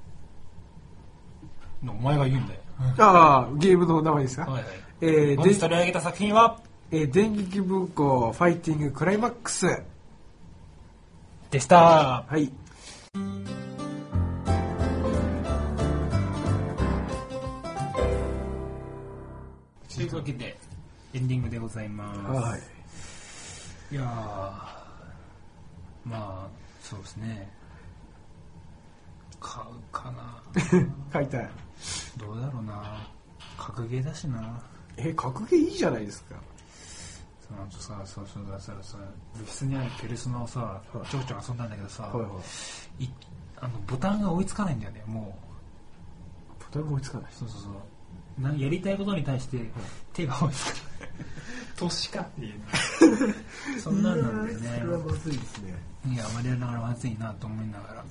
お前が言うんだよ。 ああ、ゲームの名前ですか？はいはい。 えー、本日取り上げた作品は、 えー、電撃文庫ファイティングクライマックスでした。 はい。 というわけでエンディングでございます。はい。いやまあそうですね。買うかな。 買いたい。 どうだろうな。格ゲーだしな。 え、格ゲーいいじゃないですか。 その後さ、そうそうだささ、部室にあるペルソナをさ、はい、ちょこちょこ遊んだんだけどさ、はいはい、いあのボタンが追いつかないんだよね。もうボタンが追いつかない。 そうそうそう。なやりたいことに対して手が追いつかない。年かっていう。そんなんなんだよね。 それはまずいですね。 いや、我ながらまずいなと思いながら。はい、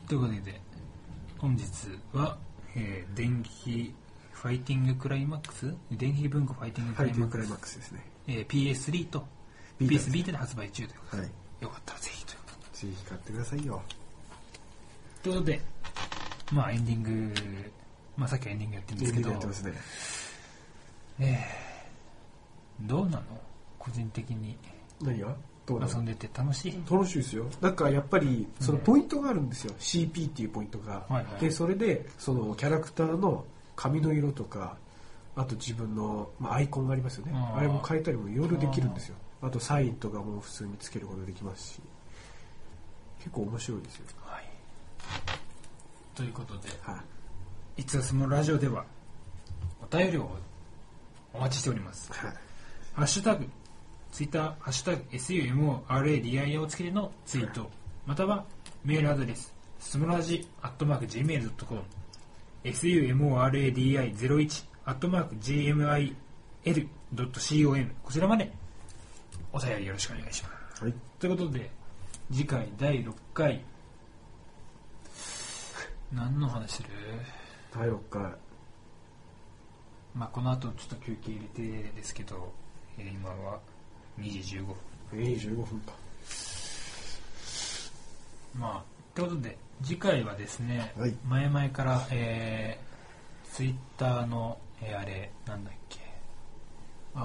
ということで本日は、えー、電気ファイティングクライマックス、電気文庫ファイティングクライマックス、 クライマックスですね。 えー、ピーエススリー と ピーエスビータで発売中ということで、はい、よかったらぜひということで。 ぜひ買ってくださいよ。 ということで、まあエンディング、まあさっきはエンディングやってるんですけど、 やってますね。 えー、どうなの？個人的に。 何が？どうなの？ 遊んでて楽しい？ 楽しいですよ。なんかやっぱりそのポイントがあるんですよ。シーピー っていうポイントが。はいはい、でそれでそのキャラクターの髪の色とか、あと自分の、まあ、アイコンがありますよね。あ, あれも変えたりもいろいろできるんですよ。あとサインとかも普通につけることできますし、結構面白いですよ。はい。 ということで、はい、いつはそのラジオではお便りをお待ちしております。はい、ハッシュタグツイッターハッシュタグ エスユーエムオーアールエーディーアイ をつけてのツイート、またはメールアドレススモラジアットマーク ジーメールドットコム エスユーエムオーアールエーディーアイゼロいちアットマーク ジーエムアイエルドットコム こちらまでお便りよろしくお願いします。はい、ということで次回だいろっかい何の話する？ だいろっかい、 まあこの後ちょっと休憩入れてですけど、えー、今はにじじゅうごふん。 にじじゅうごふんか。 まあということで次回はですね、はい、前々から、えー、ツイッターの、えー、あれなんだっけ、あ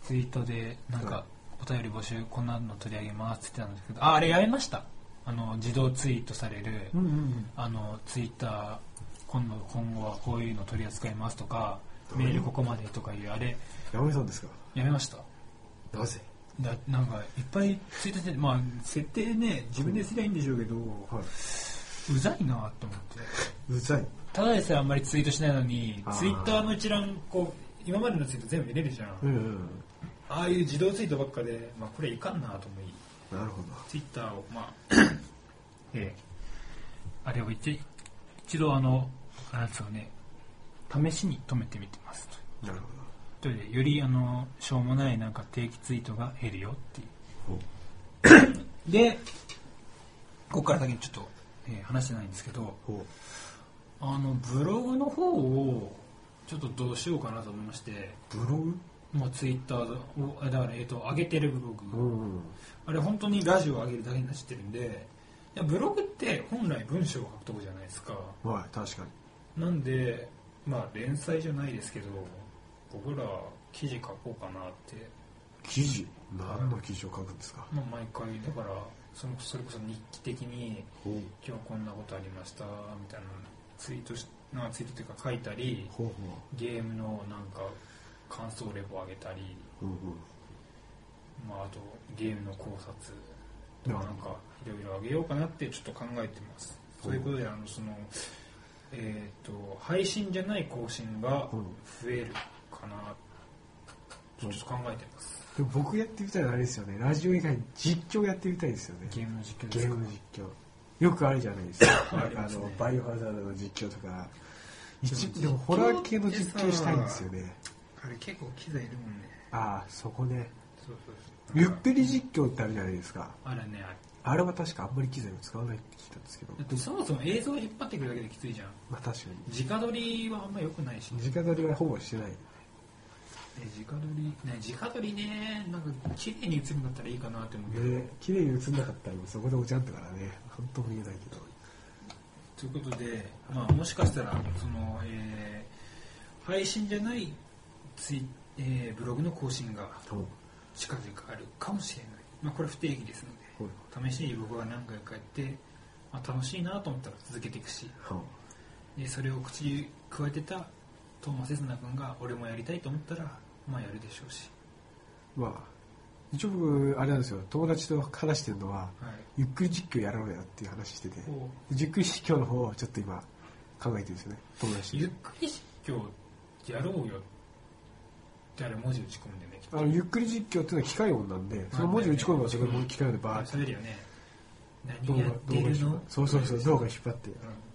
ツイートでなんかお便り募集こんなの取り上げますって言ってたんですけど、ああれやめました。あの自動ツイートされる、 うんうんうん、 あのツイッター今度今後はこういうの取り扱いますとか、メールここまでとかいうあれやめたんですか？ やめました。 なぜ？ だなんかいっぱいツイートして、まあ設定ね自分ですりゃいいんでしょうけど、 はい、 うざいなと思って。 うざい。 ただでさえあんまりツイートしないのに、ツイッターの一覧こう今までのツイート全部見れるじゃん。 うんうん、 ああいう自動ツイートばっかで、まあこれいかんなと思い。 なるほど。 ツイッターをまあええあれを一一度あのなんですかね試しに止めてみてますと。 なるほど。 というでよりあのしょうもないなんか定期ツイートが減るよっていうでここから先にちょっと、えー、話してないんですけど、あのブログの方をちょっとどうしようかなと思いまして。 ブログ？ もうツイッターをだから、えー、と上げてるブログ、 うんうん、 あれ本当にラジオを上げるだけになっちゃってるんで、いやブログって本来文章を書くとこじゃないですか。 はい、確かに。なんでまあ連載じゃないですけど僕ら記事書こうかなって。 記事？何の記事を書くんですか？ まあ、毎回だからそのそれこそ日記的に今日こんなことありましたみたいなツイートしなんかツイートっていうか書いたり、 ほうほう、 ゲームのなんか感想レポ上げたり、 うんうん、 まあ、あとゲームの考察とかなんかいろいろ上げようかなってちょっと考えてます。そういうことであのその、えー、と配信じゃない更新が増えるかな、うん、ちょっと考えてます。 でも僕やってみたいのあれですよね、ラジオ以外に実況やってみたいですよね。 ゲームの実況ですか？ ゲームの実況よくあるじゃないですかありますね、あのバイオハザードの実況とか。一でもホラー系の実況したいんですよね。 あれ結構機材いるもんね。 ああ、そこね。 そうそうそう。 ゆっくり実況ってあるじゃないですか。 あれね、あれ。 あれは確かあんまり機材を使わないって聞いたんですけど。 だってそもそも映像を引っ張ってくるだけできついじゃん。 まあ確かに。 直撮りはあんま良くないし、ね。 直撮りはほぼしてない。ね、 直撮りね、直撮りね、なんか綺麗に映るんだったらいいかなって思うけど。 ね、綺麗に映んなかったらそこでおちゃんとからね、本当も言えないけど。 ということで、まあもしかしたらその、えー、配信じゃないツイ、えー、ブログの更新が近々あるかもしれない。まあこれ不定期ですので、試しに僕が何回かやって、まあ、楽しいなと思ったら続けていくし、でそれを口に加えてたトーマセスナ君が俺もやりたいと思ったらまあやるでしょうし。 まあ一応僕あれなんですよ、友達と話してるのは、はい、ゆっくり実況やろうよっていう話してて、ゆっくり実況の方をちょっと今考えてるんですよね、友達。 ゆっくり実況やろうよってあれ文字打ち込んでね。 あのゆっくり実況っていうのは機械音なんで、その文字打ち込めばそれも機械音でバーッと。 喋るよね。何やってるの？ そうそうそう、動画引っ張って。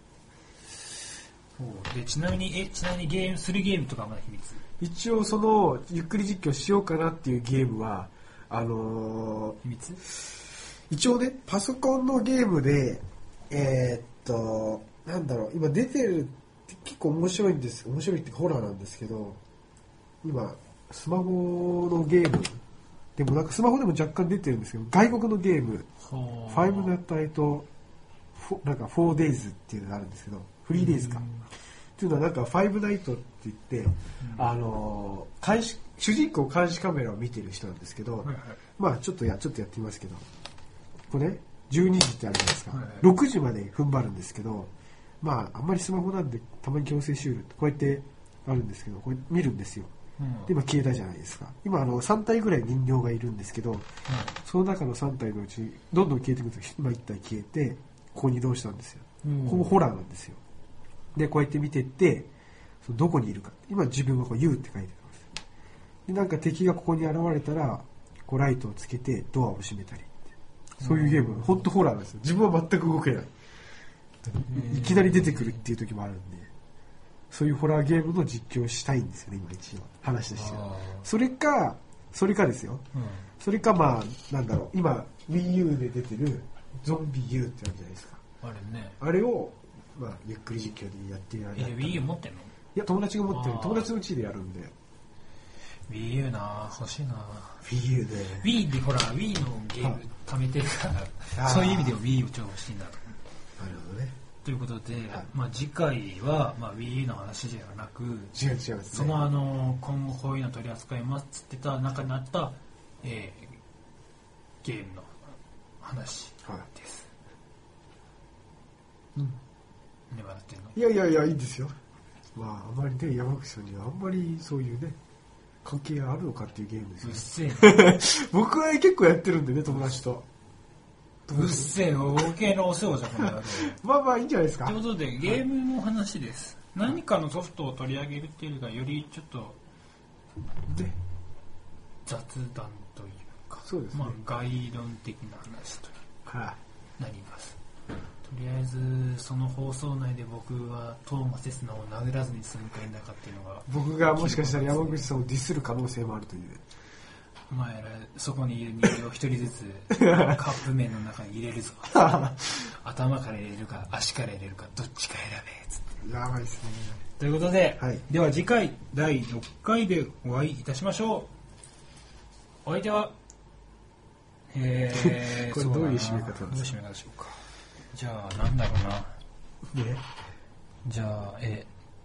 うん、でちなみにえちなみにゲームするゲームとかはまだ秘密？ 一応そのゆっくり実況しようかなっていうゲームはあのー、 秘密？ 一応ねパソコンのゲームでえー、っとなんだろう今出てる結構面白いんです面白いってホラーなんですけど、今スマホのゲームでもなんかスマホでも若干出てるんですけど、外国のゲームファイブナットナイトなんかフォーデイズっていうのがあるんですけど、フリーデイズかっていうのはなんかファイブナイトって言って、うん、あの監視主人公監視カメラを見てる人なんですけど、はいはい、まあちょっとやちょっとやってみますけど、これねじゅうにじってあるじゃないですか、はいはい、ろくじまで踏ん張るんですけど、まああんまりスマホなんでたまに強制終了ってこうやってあるんですけど、これ見るんですよ。うん、で今消えたじゃないですか。今あのさん体ぐらい人形がいるんですけど、うん、その中のさん体のうちどんどん消えていくと今いち体消えてここに移動したんですよ。うん、ここホラーなんですよ。でこうやって見てってそのどこにいるか、今自分はこう U って書いてあるんです。でなんか敵がここに現れたらこうライトをつけてドアを閉めたり、そういうゲーム、本当ホラーなんですよ。自分は全く動けない。いきなり出てくるっていう時もあるんで、そういうホラーゲームの実況をしたいんですよね、今一応話としては。それかそれかですよ、うん、それかまあなんだろう、今 WiiU で出てるゾンビ U ってあるじゃないですか。 あれね。あれをまあゆっくり実況でやってやる。 え WiiU 持ってんの？ いや友達が持ってる、友達のうちでやるんで。 WiiU な欲しいな。 WiiU で Wii でほら Wii のゲーム貯めてるから、そういう意味では Wii をちょっと欲しいな。 なるほどね。 ということで、 はいまあ、次回は、まあ、Wii U の話ではなく、 違う違いますね。 そのあの今後こういうの取り扱いますっつってた中にあった、えー、ゲームの話です。 うん。 ね、笑ってるの。 いやいやいや、いいんですよ。まあ、あまりね、山口さんにはあんまりそういうね、関係があるのかっていうゲームうっですよ。 せえ僕は結構やってるんでね、友達と。 うっせえ余計なお世話じゃんこの野郎。 まあまあいいんじゃないですか。 ということでゲームの話です。何かのソフトを取り上げるっていうよりかよりちょっとで、 雑談というか、 そうですねまあ、概論的な話とはい、 なります。とりあえずその放送内で僕はトーマセスナを殴らずに済むか否かっていうのが、 僕がもしかしたら山口さんをディスる可能性もあるという。 お前らそこにいる人間を一人ずつカップ麺の中に入れるぞ頭から入れるか足から入れるかどっちか選べつってやばいですね。 ということで、 はい、 では次回だいろっかいでお会いいたしましょう。お相手はえー、 これどういう締め方なんですか。 どういう締め方でしょうか。じゃあなんだろうな、 ね、 じゃあえ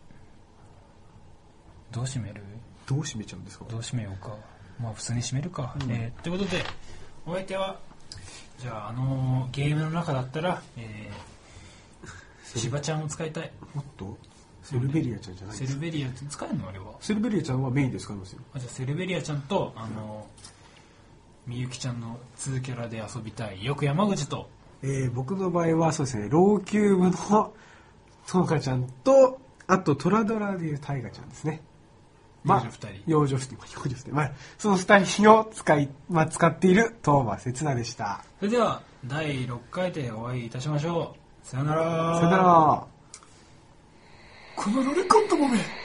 どう締めるどう締めちゃうんですか。 どう締めようか。まあ普通に締めるか、 うん、 えー、ということでお相手はじゃああのゲームの中だったら、えー、シバちゃんを使いたい。 もっとセルベリアちゃんじゃないですか。 セルベリアって使えるのあれは。 セルベリアちゃんはメインで使いますよ。 あ、じゃあセルベリアちゃんとあのみゆきちゃんのにキャラで遊びたいよく山口と、 えー、僕の場合はそうですね、老朽部のともかちゃんと、あとトラドラでいうタイガちゃんですね。まあ、 幼女ふたり。 幼女ふたり、幼女ふたり、まあ、そのふたりを使い、まあ、使っているトーマセツナでした。 それではだいろっかいでお会いいたしましょう。さよなら。 さよなら。 このロリコンともめ。